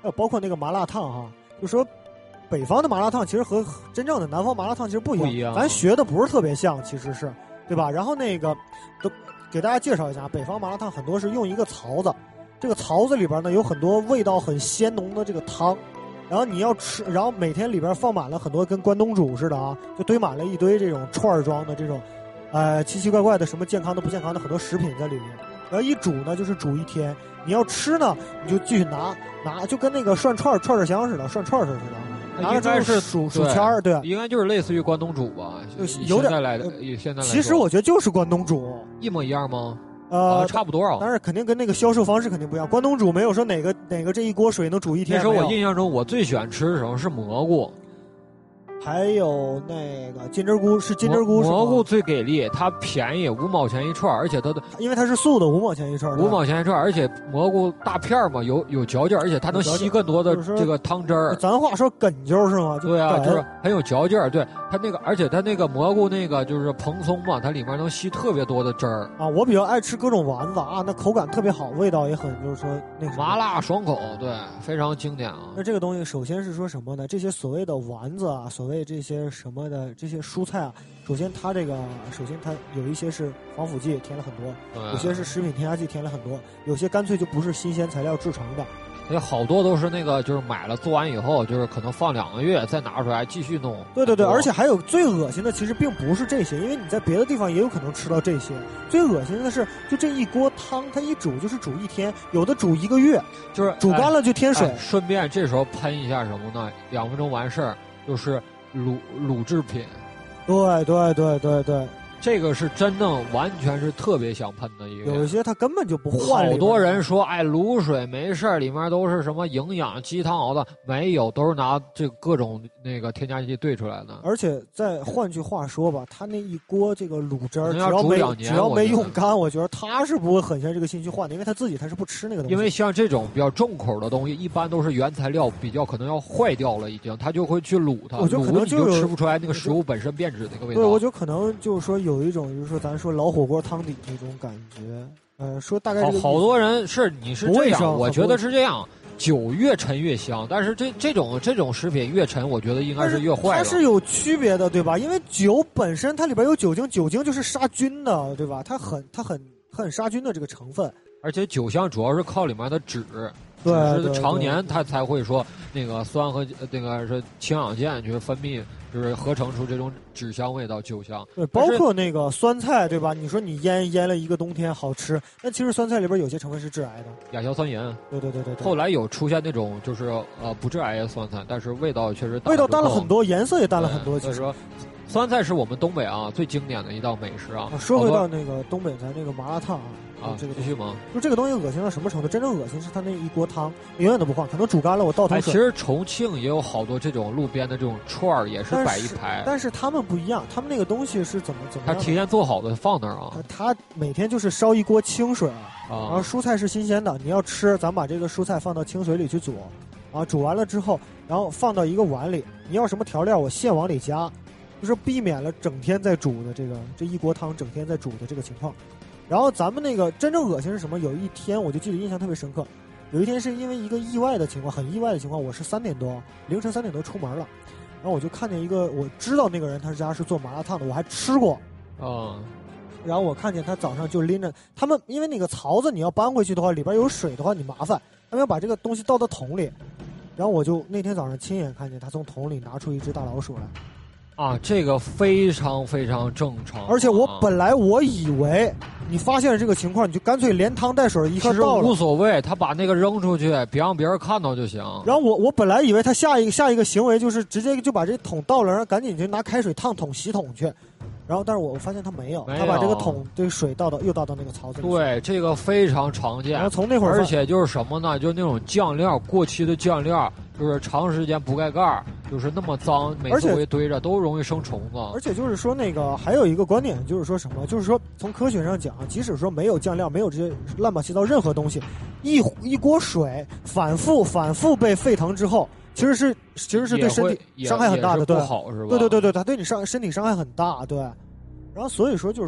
B: 包括那个麻辣烫哈，就说北方的麻辣烫其实和真正的南方麻辣烫其实不一样，咱学的不是特别像，其实是对吧？然后那个都给大家介绍一下，北方麻辣烫很多是用一个槽子，这个槽子里边呢有很多味道很鲜浓的这个汤。然后你要吃，然后每天里边放满了很多跟关东煮似的啊，就堆满了一堆这种串装的这种，奇奇怪怪的什么健康的不健康的很多食品在里面。然后一煮呢就是煮一天，你要吃呢你就继续拿，就跟那个涮串香似的，涮串似的。
A: 应该是
B: 数签儿，对，
A: 应该就是类似于关东煮吧，
B: 有点
A: 现在来
B: 其实我觉得就是关东煮，
A: 一模一样吗？差不多啊，
B: 但是肯定跟那个销售方式肯定不一样。关东煮没有说哪个这一锅水能煮一天。
A: 那时候我印象中，我最喜欢吃的时候是蘑菇，
B: 还有那个金针菇，是金针菇。
A: 蘑菇最给力，它便宜，5毛钱一串，而且它的
B: 因为它是素的，5毛钱一串。
A: 5毛钱一串，而且蘑菇大片嘛，有嚼劲，而且它能吸更多的这个汤汁儿。
B: 咱话说梗就是吗？
A: 对啊，就是很有嚼劲儿。对它那个，而且它那个蘑菇那个就是蓬松嘛，它里面能吸特别多的汁儿
B: 啊。我比较爱吃各种丸子啊，那口感特别好，味道也很就是说那
A: 麻辣爽口，对，非常经典啊。
B: 那这个东西首先是说什么呢？这些所谓的丸子啊，所谓这些什么的这些蔬菜啊，首先它有一些是防腐剂添了很多，有些是食品添加剂添了很多，有些干脆就不是新鲜材料制成的。
A: 有好多都是那个，就是买了做完以后，就是可能放2个月再拿出来继续弄。
B: 对，而且还有最恶心的，其实并不是这些，因为你在别的地方也有可能吃到这些。最恶心的是，就这一锅汤，它一煮就是煮一天，有的煮1个月，
A: 就是
B: 煮干了就添水。
A: 顺便这时候喷一下什么呢？2分钟完事儿，就是乳制品。
B: 对。
A: 这个是真正完全是特别想喷的一个。
B: 有一些他根本就不换。
A: 好多人说，卤水没事儿，里面都是什么营养鸡汤熬的，没有，都是拿这各种那个添加剂兑出来的。
B: 而且再换句话说吧，他那一锅这个卤汁儿，只
A: 要
B: 没用干，我觉得他是不会狠下这个心去换的，因为他自己他是不吃那个东西。
A: 因为像这种比较重口的东西，一般都是原材料比较可能要坏掉了，已经他就会去卤它，
B: 我觉得可能
A: 你就吃不出来那个食物本身变质那个味道。
B: 对，我觉得可能就是说有一种就是说咱说老火锅汤底那种感觉，说大概
A: 好多人你是这样，我觉得是这样。酒越陈越香，但是这种食品越陈，我觉得应该是越坏了。
B: 它是有区别的，对吧？因为酒本身它里边有酒精，酒精就是杀菌的，对吧？它很杀菌的这个成分。
A: 而且酒香主要是靠里面的酯，
B: 对，
A: 常年它才会说那个酸和那个是氢氧键去分泌，就是合成出这种酯香味道，酒香。
B: 对，包括那个酸菜，对吧？你说你腌了一个冬天好吃，但其实酸菜里边有些成分是致癌的，
A: 亚硝酸盐。
B: 对。
A: 后来有出现那种就是不致癌的酸菜，但是味道确实
B: 味道淡了很多，颜色也淡了很多。
A: 所以说，酸菜是我们东北最经典的一道美食啊。
B: 说回到那个东北咱那个麻辣烫
A: 这个继续吗？
B: 就这个东西恶心到什么程度？真正恶心是它那一锅汤永远都不换，可能煮干了我倒桶水。
A: 其实重庆也有好多这种路边的这种串儿，也是摆一排。
B: 但是他们不一样，他们那个东西是怎么
A: 他提前做好的放那儿啊？
B: 他每天就是烧一锅清水然后蔬菜是新鲜的，你要吃，咱把这个蔬菜放到清水里去煮煮完了之后，然后放到一个碗里，你要什么调料我现往里加，就是避免了整天在煮的这一锅汤整天在煮的这个情况。然后咱们那个真正恶心是什么？有一天我就记得印象特别深刻，有一天是因为一个很意外的情况，我是凌晨3点多出门了，然后我就看见一个我知道那个人他家是做麻辣烫的，我还吃过然后我看见他早上就拎着他们，因为那个槽子你要搬回去的话，里边有水的话你麻烦，他们要把这个东西倒到桶里，然后我就那天早上亲眼看见他从桶里拿出一只大老鼠来。
A: 这个非常非常正常。
B: 而且本来我以为你发现了这个情况，你就干脆连汤带水一块倒了，
A: 无所谓，他把那个扔出去，别让别人看到就行。
B: 然后我本来以为他下一个行为就是直接就把这桶倒了，然后赶紧就拿开水烫桶洗桶去。然后，但是我发现他没有，他把这个桶这个水又倒到那个槽子里。
A: 对，这个非常常见。
B: 然后从那会儿，
A: 而且就是什么呢？就那种酱料，过期的酱料，就是长时间不盖盖儿，就是那么脏，每次回堆着都容易生虫子。
B: 而且就是说那个还有一个观点，就是说什么？就是说从科学上讲，即使说没有酱料，没有这些乱七八糟任何东西，一锅水反复被沸腾之后。其实是对身体伤害很大的，对，
A: 不好是吧？
B: 对，它对你身体伤害很大，对。然后所以说就是说，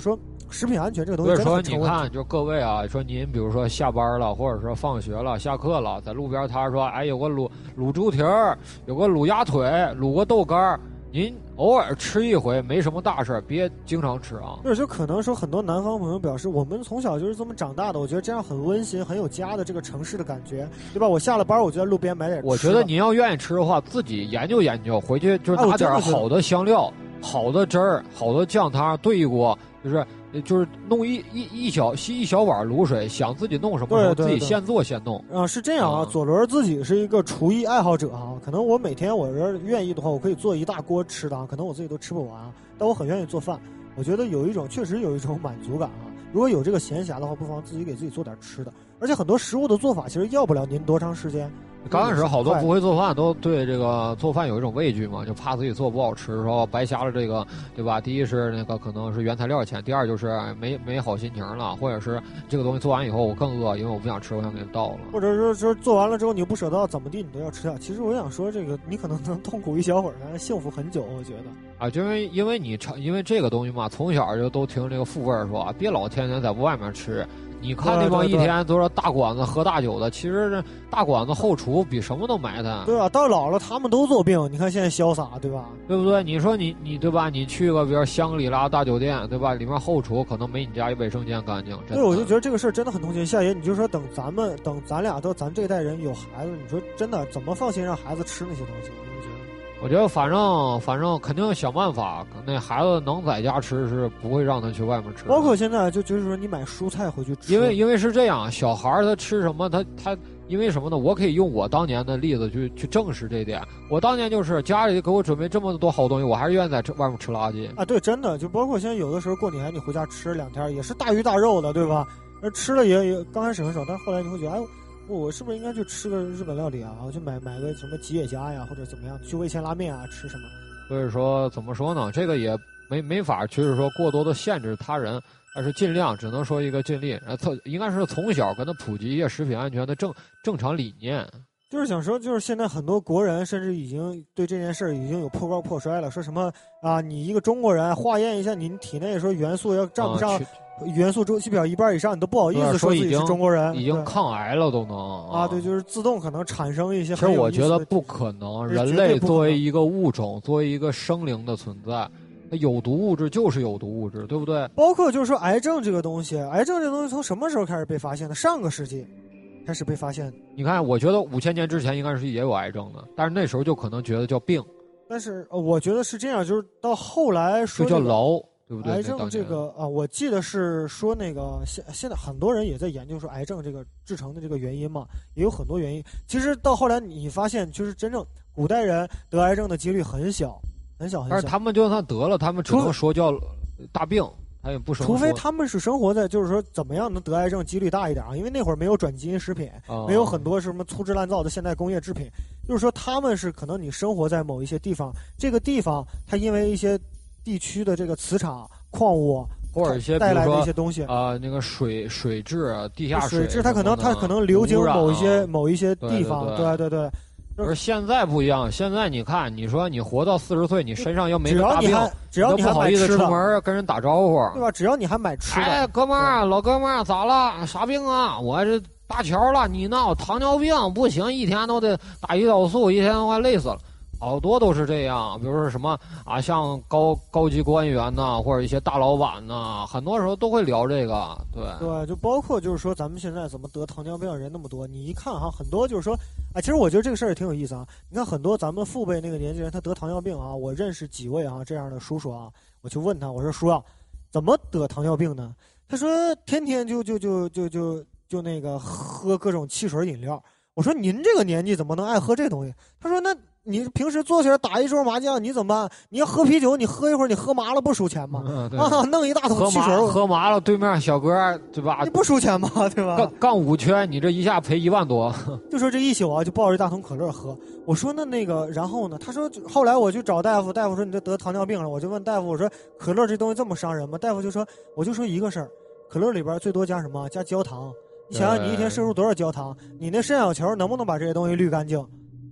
B: 食品安全这个东西真的很成问题。
A: 所以说，你看，就各位啊，说您比如说下班了，或者说放学了、下课了，在路边摊说，哎，有个卤猪蹄儿，有个卤鸭腿，卤个豆干，您偶尔吃一回没什么大事，别经常吃啊。
B: 就可能说很多南方朋友表示，我们从小就是这么长大的，我觉得这样很温馨，很有家的这个城市的感觉，对吧？我下了班，我就在路边买点吃的。
A: 我觉得你要愿意吃的话，自己研究研究，回去就是拿点好的香料、好的汁儿、好的酱汤兑一锅，就是弄一小碗卤水，想自己弄什么时候自己现做现弄
B: 啊，是这样啊。左轮自己是一个厨艺爱好者啊，可能我每天我要愿意的话，我可以做一大锅吃的啊，可能我自己都吃不完啊，但我很愿意做饭。我觉得确实有一种满足感啊。如果有这个闲暇的话，不妨自己给自己做点吃的。而且很多食物的做法其实要不了您多长时间。
A: 刚开始好多不会做饭都对这个做饭有一种畏惧嘛，就怕自己做不好吃，说白瞎了这个，对吧？第一是那个可能是原材料钱，第二就是没好心情了，或者是这个东西做完以后我更饿，因为我不想吃，我想给它倒了。
B: 或者说做完了之后你不舍得怎么地，你都要吃掉。其实我想说，这个你可能能痛苦一小会儿，但幸福很久，我觉得。
A: 啊，就因为这个东西嘛，从小就都听这个父辈说啊，别老天天在外面吃。你看那帮一天都是大馆子喝大酒的，其实这大馆子后厨比什么都埋汰。
B: 对啊，到老了他们都做病，你看现在潇洒，对吧？
A: 对不对？你说你对吧？你去个比如香格里拉大酒店，对吧？里面后厨可能没你家卫生间干净。
B: 对，我就觉得这个事儿真的很痛心。夏爷，你就说等咱俩到咱这一代人有孩子，你说真的怎么放心让孩子吃那些东西？
A: 我觉得反正肯定想办法，那孩子能在家吃是不会让他去外面吃。
B: 包括现在就是说你买蔬菜回去吃，
A: 因为是这样，小孩他吃什么他因为什么呢？我可以用我当年的例子去证实这一点。我当年就是家里给我准备这么多好东西，我还是愿意在外面吃垃圾
B: 啊。对，真的就包括现在有的时候过年你回家吃2天也是大鱼大肉的，对吧？那吃了也刚开始很少，但是后来你会觉得，哎，我是不是应该去吃个日本料理啊？我去买个什么吉野家呀，或者怎么样，去味千拉面啊，吃什么？
A: 所以说怎么说呢？这个也没法，就是说过多的限制他人，但是尽量只能说一个尽力。应该是从小跟他普及一些食品安全的正常理念。
B: 就是想说，就是现在很多国人甚至已经对这件事已经有破罐破摔了，说什么啊，你一个中国人化验一下你体内说元素要占不上。元素周期表1半以上，你都不好意思
A: 说
B: 自己是中国人，
A: 已经抗癌了都能
B: 啊！对，就是自动可能产生一些。
A: 其实我觉得不可能，人类作为一个物种，作为一个生灵的存在，有毒物质就是有毒物质，对不对？
B: 包括就是说癌症这个东西，癌症这个东西从什么时候开始被发现的？上个世纪开始被发现。
A: 你看，我觉得5000年之前应该是也有癌症的，但是那时候就可能觉得叫病。
B: 但是我觉得是这样，就是到后来说、
A: 就叫痨。对不对？
B: 癌症这个啊，我记得是说那个现在很多人也在研究说癌症这个制成的这个原因嘛，也有很多原因。其实到后来你发现，就是真正古代人得癌症的几率很小，很小很小。
A: 但是他们就算得了，他们只能说叫大病，他也不说。
B: 除非他们是生活在就是说怎么样能得癌症几率大一点啊？因为那会儿没有转基因食品，没有很多什么粗制滥造的现代工业制品，就是说他们是可能你生活在某一些地方，这个地方它因为一些地区的这个磁场、矿物
A: 或者一些
B: 带来的一些东西
A: 啊，那个水质、地下
B: 水质，它可能流经某一些地方，对。
A: 可是现在不一样，现在你看，你说你活到40岁，你身上又没个大病，
B: 只要你
A: 不好意思出门跟人打招呼，
B: 对吧？只要你还买吃的，
A: 哎，哥们儿，老哥们儿，咋了？啥病啊？我这搭桥了，你闹糖尿病不行，一天都得打胰岛素，一天都快累死了。好多都是这样，比如说什么啊，像高级官员呐，或者一些大老板呐，很多时候都会聊这个，
B: 对，就包括就是说咱们现在怎么得糖尿病的人那么多，你一看哈，很多就是说，其实我觉得这个事儿也挺有意思啊。你看很多咱们父辈那个年纪人，他得糖尿病啊，我认识几位啊这样的叔叔啊，我去问他，我说叔啊，怎么得糖尿病呢？他说天天就那个喝各种汽水饮料。我说您这个年纪怎么能爱喝这东西？他说那你平时坐起来打一桌麻将你怎么办？你要喝啤酒，你喝一会儿，你喝麻了不输钱吗？弄一大桶汽水
A: 喝麻了，对面小哥对吧？
B: 你不输钱吗？对吧？
A: 杠5圈，你这一下赔1万多。
B: 就说这一宿啊，就抱着一大桶可乐喝。我说那个，然后呢？他说后来我去找大夫，大夫说你这得糖尿病了。我就问大夫，我说可乐这东西这么伤人吗？大夫就说，我就说一个事儿，可乐里边最多加什么？加焦糖。你想想，你一天摄入多少焦糖？你那肾小球能不能把这些东西滤干净？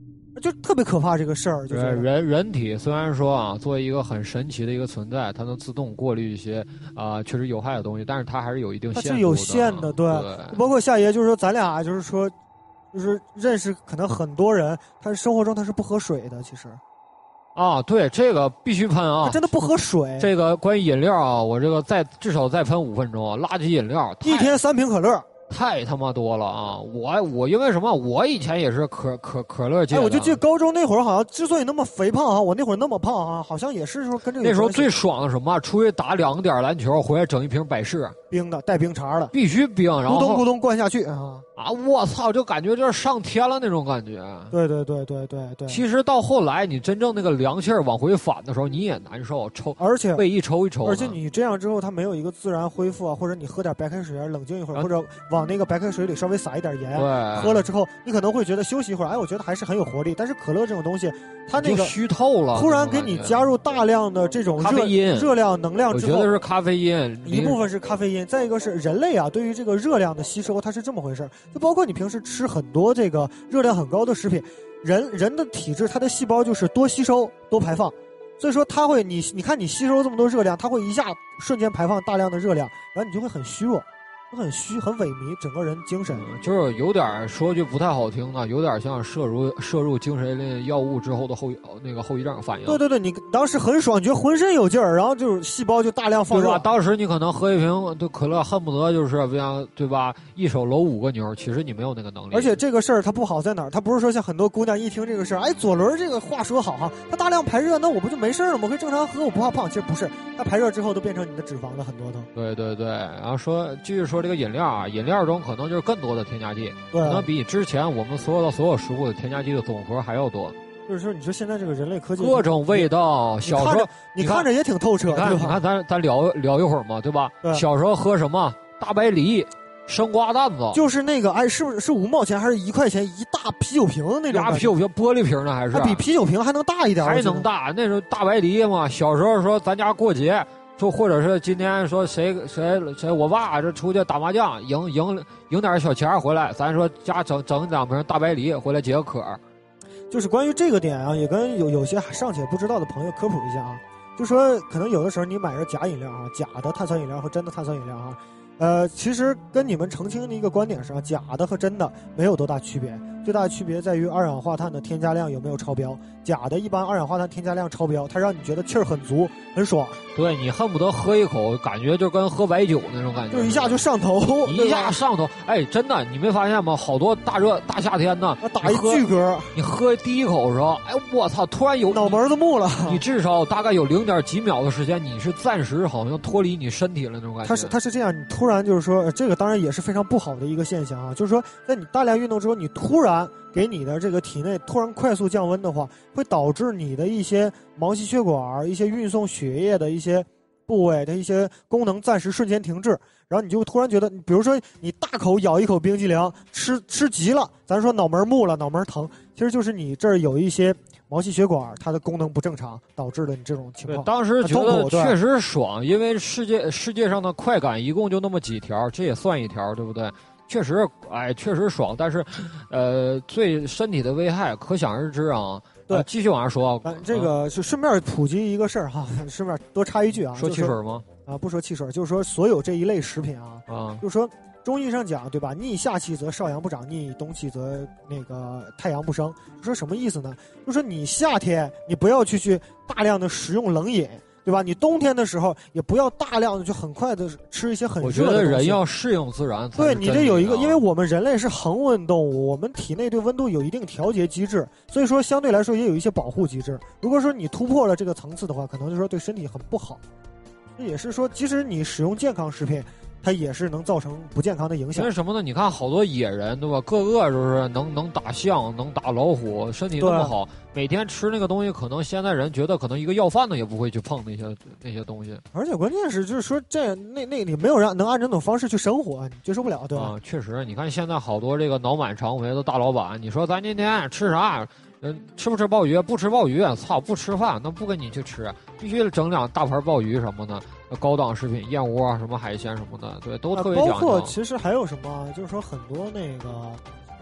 B: 就特别可怕这个事儿。就是
A: 人体虽然说啊，作为一个很神奇的一个存在，它能自动过滤一些确实有害的东西，但是它还是有一定限度的。
B: 它是有限的，对。包括夏爷，就是说咱俩就是说，就是认识可能很多人，他生活中他是不喝水的，其实。
A: 啊，对，这个必须喷啊！
B: 他真的不喝水。
A: 这个关于饮料啊，我这个至少再喷5分钟啊！垃圾饮料，
B: 一天3瓶可乐。
A: 太他妈多了啊！我因为什么？我以前也是可乐界的。
B: 我就记得高中那会儿，好像之所以那么肥胖啊，我那会儿那么胖啊，好像也是说跟这个。
A: 那时候最爽的什么？出去打2点篮球，回来整一瓶百事，
B: 冰的带冰碴的，
A: 必须冰，然后
B: 咕咚咕咚灌下去啊！
A: 我操，就感觉就是上天了那种感觉。
B: 对。
A: 其实到后来，你真正那个凉气儿往回返的时候，你也难受，
B: 而且
A: 胃一抽一抽。
B: 而且你这样之后，它没有一个自然恢复啊，或者你喝点白开水冷静一会儿，或者往那个白开水里稍微撒一点盐，喝了之后，你可能会觉得休息一会儿，我觉得还是很有活力。但是可乐这种东西，它那个
A: 虚透了，
B: 突然给你加入大量的这种热量能量之后，
A: 我觉得是咖啡因，
B: 一部分是咖啡因，再一个是人类啊，对于这个热量的吸收，它是这么回事。就包括你平时吃很多这个热量很高的食品，人的体质，它的细胞就是多吸收多排放，所以说它会你看你吸收这么多热量，它会一下瞬间排放大量的热量，然后你就会很虚弱。很虚，很萎靡，整个人精神
A: 就是有点说句不太好听的，有点像摄入精神类药物之后的后遗症反应。
B: 对，你当时很爽，你觉得浑身有劲儿，然后就是细胞就大量放热，
A: 对吧？当时你可能喝一瓶的可乐，恨不得就是这样，对吧？一手搂5个妞，其实你没有那个能力。
B: 而且这个事儿它不好在哪儿？它不是说像很多姑娘一听这个事儿，左轮这个话说好哈，它大量排热，那我不就没事了吗？我可以正常喝，我不怕胖。其实不是，它排热之后都变成你的脂肪了很多都。
A: 对，然后继续说这个饮料啊，饮料中可能就是更多的添加剂，可能比之前我们所食物的添加剂的总和还要多。
B: 就是说，你说现在这个人类科技
A: 各种味道，小时候
B: 你看着也挺透彻，
A: 你看咱聊一会儿嘛，对吧？
B: 对，
A: 小时候喝什么大白梨、生瓜蛋子，
B: 就是那个是不是5毛钱还是1块钱一大啤酒瓶那种？
A: 大啤酒瓶，玻璃瓶的还是？
B: 它比啤酒瓶还能大一点，
A: 还能大。那时候大白梨嘛，小时候说咱家过节。就或者是今天说谁我爸这出去打麻将赢点小钱回来，咱说家整2瓶大白梨回来解个渴。
B: 就是关于这个点啊，也跟有些尚且不知道的朋友科普一下啊，就说可能有的时候你买着假饮料啊，假的碳酸饮料和真的碳酸饮料啊，其实跟你们澄清的一个观点是啊，假的和真的没有多大区别，最大的区别在于二氧化碳的添加量有没有超标。假的一般二氧化碳添加量超标，它让你觉得气儿很足很爽，
A: 对，你恨不得喝一口，感觉就跟喝白酒那种感觉，
B: 就一下就上头，
A: 一下上头。哎，真的，你没发现吗？好多大夏天呢，
B: 打一巨嗝，
A: 你喝第一口的时候，哎，我操，突然有
B: 脑门子木了。
A: 你至少大概有0.几秒的时间，你是暂时好像脱离你身体了那种感觉。
B: 它是这样，你突然就是说，这个当然也是非常不好的一个现象啊，就是说，在你大量运动之后，你突然给你的这个体内突然快速降温的话，会导致你的一些毛细血管、一些运送血液的一些部位的一些功能暂时瞬间停滞，然后你就突然觉得，比如说你大口咬一口冰激凌，吃急了，咱说脑门木了，脑门疼，其实就是你这儿有一些毛细血管它的功能不正常导致了你这种情况。
A: 当时觉得确实爽，因为世界上的快感一共就那么几条，这也算一条，对不对？确实爽，但是，对身体的危害可想而知啊。
B: 对，
A: 继续往下说。
B: 这个就顺便普及一个事儿哈，顺便多插一句啊。
A: 说汽水吗？
B: 不说汽水，就是说所有这一类食品啊，就是说中医上讲，对吧？逆夏气则少阳不长，逆冬气则那个太阳不生。说什么意思呢？就是说你夏天你不要去大量的食用冷饮。对吧？你冬天的时候也不要大量的就很快的吃一些很热的东西。
A: 我觉得人要适应自然才。
B: 对，你得有一个，因为我们人类是恒温动物，我们体内对温度有一定调节机制，所以说相对来说也有一些保护机制。如果说你突破了这个层次的话，可能就说对身体很不好。这也是说，即使你使用健康食品，它也是能造成不健康的影响。
A: 因为什么呢？你看好多野人，对吧？个就是能打象，能打老虎，身体那么好，每天吃那个东西，可能现在人觉得可能一个要饭的也不会去碰那些东西。
B: 而且关键是就是说那里没有人能按这种方式去生活，你接受不了，对吧？
A: 确实，你看现在好多这个脑满肠肥的大老板，你说咱今天吃啥？吃不吃鲍鱼？不吃鲍鱼，操，不吃饭，那不跟你去吃，必须整2大盘鲍鱼什么的，高档食品，燕窝什么海鲜什么的，对，都特别讲究。
B: 包括其实还有什么，就是说很多那个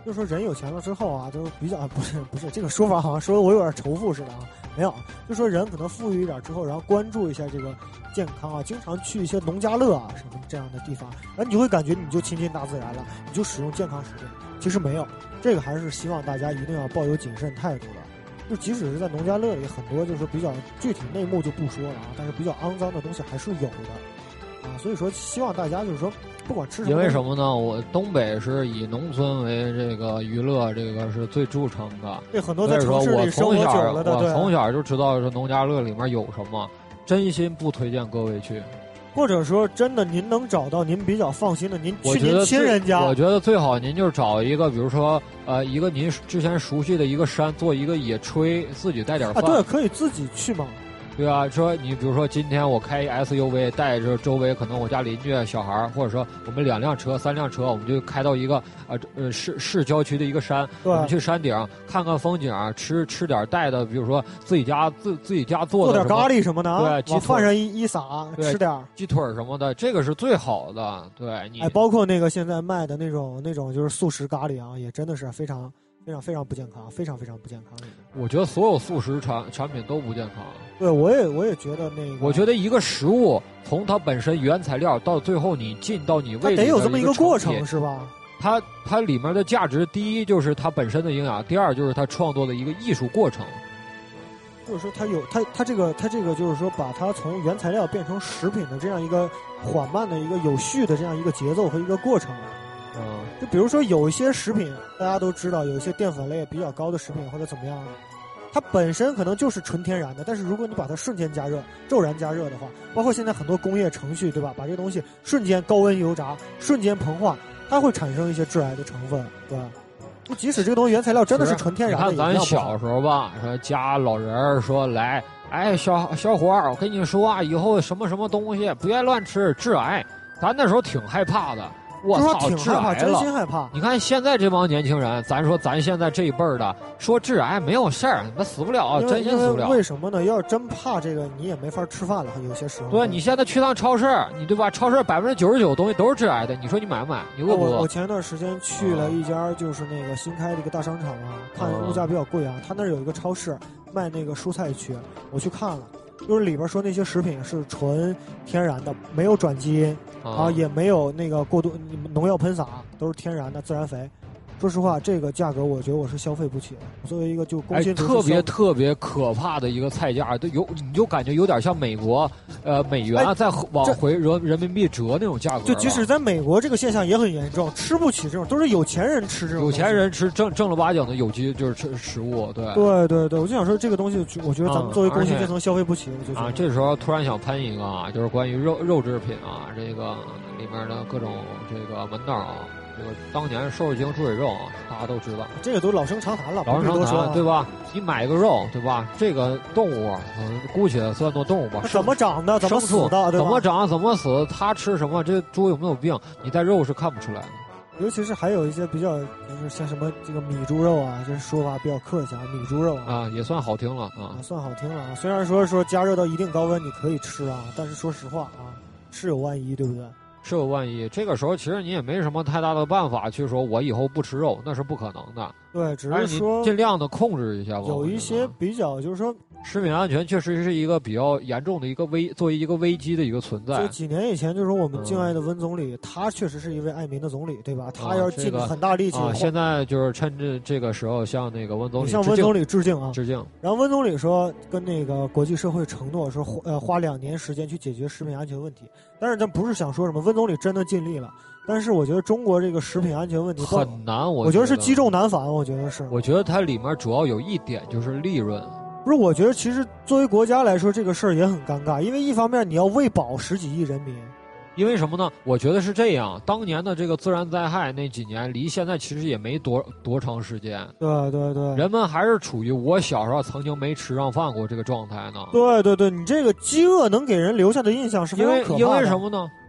B: 就说人有钱了之后啊，就比较不是这个说法，好像说我有点仇富似的啊，没有，就说人可能富裕一点之后，然后关注一下这个健康啊，经常去一些农家乐啊什么这样的地方，然后你就会感觉你就亲近大自然了，你就使用健康食品。其实没有，这个还是希望大家一定要抱有谨慎态度的。就即使是在农家乐里，很多就是说比较具体内幕就不说了啊，但是比较肮脏的东西还是有的啊。所以说，希望大家就是说，不管吃什么，
A: 因为什么呢？我东北是以农村为这个娱乐，这个是最著称的。
B: 对，很多在城市里生活久了的，
A: 我从小就知道这农家乐里面有什么，真心不推荐各位去。
B: 或者说，真的您能找到您比较放心的，您去您亲人家。
A: 我觉得最好您就找一个，比如说一个您之前熟悉的一个山，做一个野炊，自己带点饭。
B: 对，可以自己去嘛。
A: 对啊，说你比如说今天我开 SUV 带着周围可能我家邻居小孩，或者说我们2辆车、3辆车，我们就开到一个市郊区的一个山，我们去山顶看看风景，吃点带的，比如说自己家做的
B: 点咖喱什么的，
A: 对，
B: 往饭上一撒，吃点
A: 鸡腿什么的，这个是最好的。对你，
B: 包括那个现在卖的那种就是素食咖喱啊，也真的是非常不健康，非常不健康。
A: 我觉得所有素食产品都不健康。
B: 对，我也觉得那个。
A: 我觉得一个食物从它本身原材料到最后你进到你胃里，
B: 得有这么一个过程，是吧？
A: 它里面的价值，第一就是它本身的营养，第二就是它创作的一个艺术过程。
B: 就是说它这个就是说把它从原材料变成食品的这样一个缓慢的一个有序的这样一个节奏和一个过程。就比如说有一些食品大家都知道，有一些淀粉类比较高的食品或者怎么样，它本身可能就是纯天然的，但是如果你把它瞬间加热、骤然加热的话，包括现在很多工业程序，对吧？把这个东西瞬间高温油炸、瞬间膨化，它会产生一些致癌的成分，对吧？就即使这个东西原材料真的是纯天然的，
A: 你看咱小时候吧，说家老人说来，哎，小伙儿，我跟你说啊，以后什么什么东西不要乱吃，致癌。咱那时候挺害怕的。我操，致癌了！
B: 真心害怕。
A: 你看现在这帮年轻人，咱现在这一辈儿的说致癌没有事儿，你们死不了，真心死不了。
B: 为什么呢？要是真怕这个，你也没法吃饭了。有些时候。
A: 对，你现在去趟超市，你对吧？超市99%东西都是致癌的，你说你买不买？你饿不饿？
B: 我前段时间去了一家就是那个新开的一个大商场啊，看物价比较贵啊，他那儿有一个超市卖那个蔬菜区，我去看了。就是里边说那些食品是纯天然的，没有转基因啊，也没有那个过度农药喷洒，都是天然的自然肥。说实话，这个价格我觉得我是消费不起的。作为一个就工薪族，
A: 特别可怕的一个菜价，都有你就感觉有点像美国，美元再往回人民币折那种价格。
B: 就即使在美国，这个现象也很严重，吃不起这种，都是有钱人吃这种。
A: 有钱人吃正儿八经的有机就是吃食物，对。
B: 对，我就想说这个东西，我觉得咱们作为工薪阶层消费不起。
A: 啊，这时候突然想喷一个啊，就是关于肉制品啊，这个里面的各种这个门道啊。这个当年瘦肉精猪腿肉啊，大家都知道，
B: 这个都老生常谈了，
A: 老生常谈，对吧？你买个肉，对吧？这个动物，姑且算作动物吧。
B: 怎么长的？怎么死的？
A: 怎么长？怎么死？它吃什么？这猪有没有病？你在肉是看不出来的。
B: 尤其是还有一些比较，就是像什么这个米猪肉啊，这说法比较客气啊，米猪肉
A: 啊，也算好听了啊，
B: 算好听了啊。虽然说加热到一定高温你可以吃啊，但是说实话啊，是有万一，对不对？
A: 是有万一，这个时候其实你也没什么太大的办法去说我以后不吃肉，那是不可能的。
B: 对，只是说
A: 尽量的控制一下吧。
B: 有一些比较就是说，
A: 食品安全确实是一个比较严重的一个作为一个危机的一个存在。
B: 就几年以前，就是我们敬爱的温总理，他确实是一位爱民的总理，对吧？他要尽很大力气。
A: 现在就是趁这个时候向那个温总理
B: 致敬啊！
A: 致敬。
B: 然后温总理说，跟那个国际社会承诺说，花2年时间去解决食品安全问题。但是咱不是想说什么，温总理真的尽力了。但是我觉得中国这个食品安全问题
A: 很难，
B: 我觉得是积重难返。我觉得是。
A: 我觉得它里面主要有一点就是利润。
B: 不是，我觉得其实作为国家来说，这个事儿也很尴尬，因为一方面你要喂饱10几亿人民。
A: 因为什么呢？我觉得是这样，当年的这个自然灾害那几年，离现在其实也没多长时间。
B: 对，
A: 人们还是处于我小时候曾经没吃上饭过这个状态呢。
B: 对，你这个饥饿能给人留下的印象是非常可怕的。
A: 因为什么呢？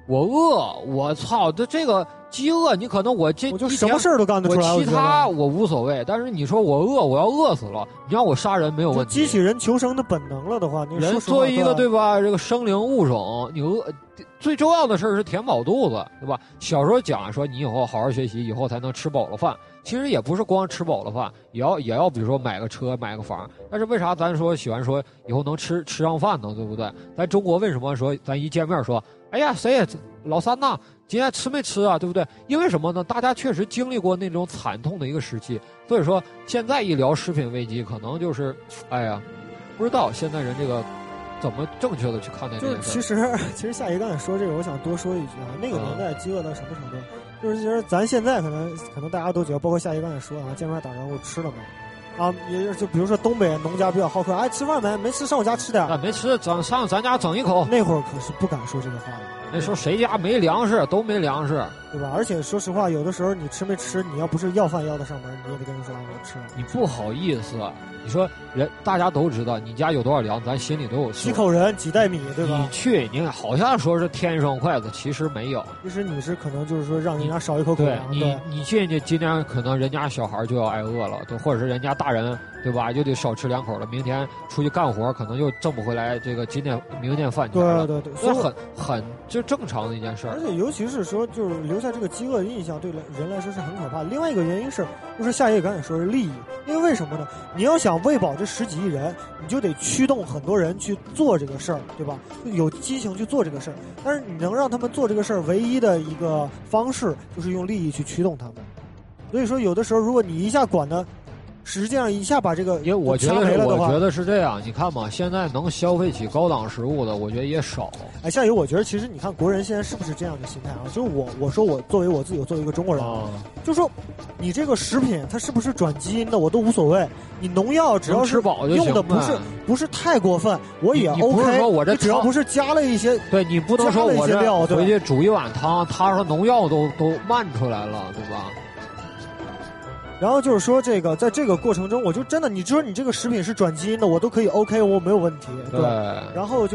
A: 我饿，我操，这个饥饿，你可能我
B: 就什么事儿都干得出来，
A: 我其他我无所谓，但是你说我饿，我要饿死了，你让我杀人没有问题。
B: 激起人求生的本能了的话，你
A: 人作为一个对吧，这个生灵物种，你饿。最重要的事是填饱肚子，对吧？小时候讲说你以后好好学习，以后才能吃饱了饭。其实也不是光吃饱了饭，也要比如说买个车、买个房。但是为啥咱说喜欢说以后能吃上饭呢？对不对？咱中国为什么说咱一见面说，哎呀，谁也老三呐，今天吃没吃啊？对不对？因为什么呢？大家确实经历过那种惨痛的一个时期，所以说现在一聊食品危机，可能就是，哎呀，不知道现在人这个。怎么正确的去看待这件
B: 事？就是其实夏爷刚才说这个，我想多说一句啊，那个年代饥饿到什么程度？就是其实咱现在可能大家都觉得，包括夏爷刚才说啊，见面打招呼吃了没？啊，也就比如说东北农家比较好客，哎，吃饭没？没吃上我家吃点。
A: 啊，没吃，上咱家整一口。
B: 那会儿可是不敢说这个话的。
A: 那时候谁家没粮食，都没粮食，
B: 对吧？而且说实话，有的时候你吃没吃，你要不是要饭要得上门，你也得跟人说我吃了。
A: 你不好意思。你说人大家都知道你家有多少粮，咱心里都有数。
B: 几口人几袋米，对吧？
A: 你好像说是天生筷子，其实没有。
B: 其实你是可能就是说让人家少一口口粮。
A: 你去今天可能人家小孩就要挨饿了，或者是人家大人对吧，就得少吃2口了。明天出去干活可能又挣不回来这个明天饭钱了。
B: 对，
A: 所以很就正常的一件事儿。
B: 而且尤其是说就是留下这个饥饿的印象，对人来说是很可怕的。另外一个原因是，就是夏爷刚才说是利益，因为为什么呢？你要想喂饱这10几亿人，你就得驱动很多人去做这个事儿，对吧？有激情去做这个事儿。但是你能让他们做这个事儿，唯一的一个方式就是用利益去驱动他们。所以说，有的时候如果你一下管的，实际上一下把这个，
A: 因为我觉得是这样。你看嘛，现在能消费起高档食物的，我觉得也少。
B: 哎，夏雨，我觉得其实你看国人现在是不是这样的心态啊？就是我说我作为我自己，作为一个中国人，就说你这个食品它是不是转基因的，我都无所谓。你农药只要是用的不是太过分，我也 OK。
A: 你不是说我这
B: 只要不是加了一些，
A: 对你不能说我这回去煮一碗汤，他说农药都漫出来了，对吧？
B: 然后就是说，这个在这个过程中，我就真的，你说你这个食品是转基因的，我都可以 OK， 我没有问题。对。然后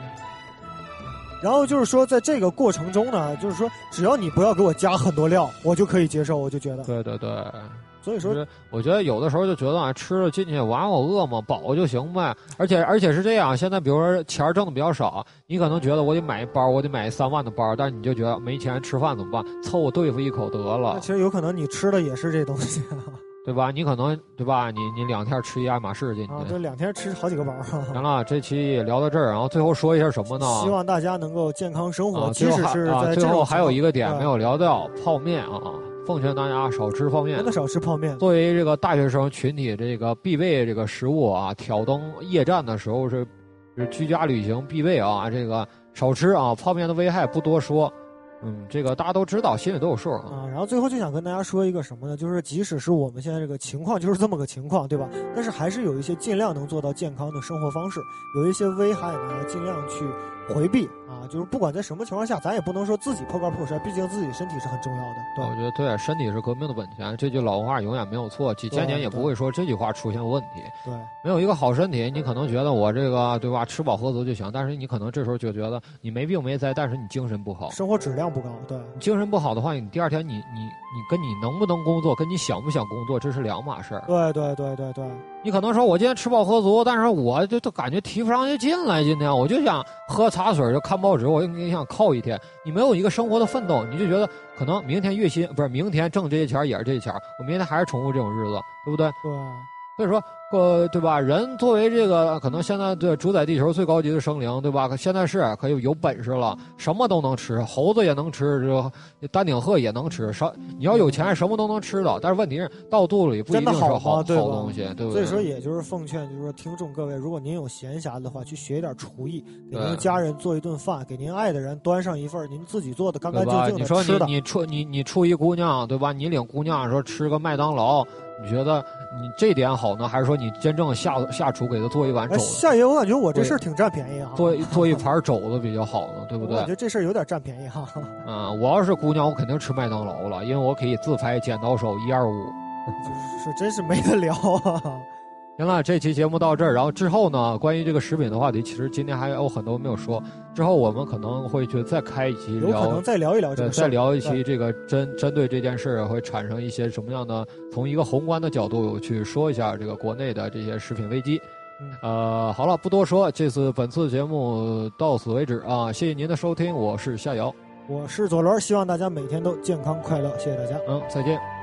B: 就是说，在这个过程中呢，就是说，只要你不要给我加很多料，我就可以接受，我就觉得。
A: 对。
B: 所以说，
A: 我觉得有的时候就觉得啊，吃了进去完我饿嘛，饱就行呗。而且是这样，现在比如说钱挣的比较少，你可能觉得我得买一包，我得买3万的包，但是你就觉得没钱吃饭怎么办？凑合对付一口得了。
B: 其实有可能你吃的也是这东西，
A: 对吧？你可能对吧？你2天吃一爱马仕进去，
B: 对，2天吃好几个包。
A: 行了，这期也聊到这儿，然后最后说一下什么呢？
B: 希望大家能够健康生活。即使是在
A: 最后还有一个点没有聊到，泡面啊。奉劝大家少吃泡面，
B: 真的少吃泡面。
A: 作为这个大学生群体，这个必备这个食物啊，挑灯夜战的时候是居家旅行必备啊。这个少吃啊，泡面的危害不多说。这个大家都知道，心里都有数啊。
B: 然后最后就想跟大家说一个什么呢？就是即使是我们现在这个情况就是这么个情况，对吧？但是还是有一些尽量能做到健康的生活方式，有一些危害呢，要尽量去回避啊。就是不管在什么情况下，咱也不能说自己破罐破摔，毕竟自己身体是很重要的。对，
A: 我觉得对，身体是革命的本钱，这句老话永远没有错，几千年也不会说这句话出现问题。
B: 对，
A: 没有一个好身体，你可能觉得我这个对吧，吃饱喝足就行，但是你可能这时候就觉得你没病没灾，但是你精神不好，
B: 生活质量不高。对，
A: 你精神不好的话，你第2天你跟你能不能工作，跟你想不想工作，这是2码事儿。
B: 对，
A: 你可能说我今天吃饱喝足，但是我就感觉提不上去劲来，今天我就想喝茶水，就看报纸，我就想靠一天。你没有一个生活的奋斗，你就觉得可能明天明天挣这些钱也是这些钱，我明天还是重复这种日子，对不对？
B: 对。
A: 所以说，对吧？人作为这个可能现在对主宰地球最高级的生灵，对吧？现在是可以有本事了，什么都能吃，猴子也能吃，这丹顶鹤也能吃，你要有钱，什么都能吃到。但是问题是，到肚子里不一定是好东西，对不对？
B: 所以说，也就是奉劝，就是说，听众各位，如果您有闲暇的话，去学一点厨艺，给您家人做一顿饭，给您爱的人端上一份您自己做的干干净净的吃的。
A: 你说你处一姑娘，对吧？你领姑娘说吃个麦当劳。你觉得你这点好呢，还是说你真正下厨给他做一碗肘子？
B: 夏爷，我感觉我这事儿挺占便宜哈。
A: 做一盘肘子比较好呢，对不对？
B: 我觉得这事儿有点占便宜哈。
A: 我要是姑娘，我肯定吃麦当劳了，因为我可以自拍剪刀手125。
B: 是真是没得聊啊。
A: 行了，这期节目到这儿，然后之后呢，关于这个食品的话题，其实今天还有很多没有说。之后我们可能会去再开一期
B: 有可能再聊一聊这个事，
A: 再聊一期这个针对这件事会产生一些什么样的，从一个宏观的角度去说一下这个国内的这些食品危机。好了，不多说，本次节目到此为止啊！谢谢您的收听，我是夏瑶，
B: 我是左轮，希望大家每天都健康快乐，谢谢大家，
A: 再见。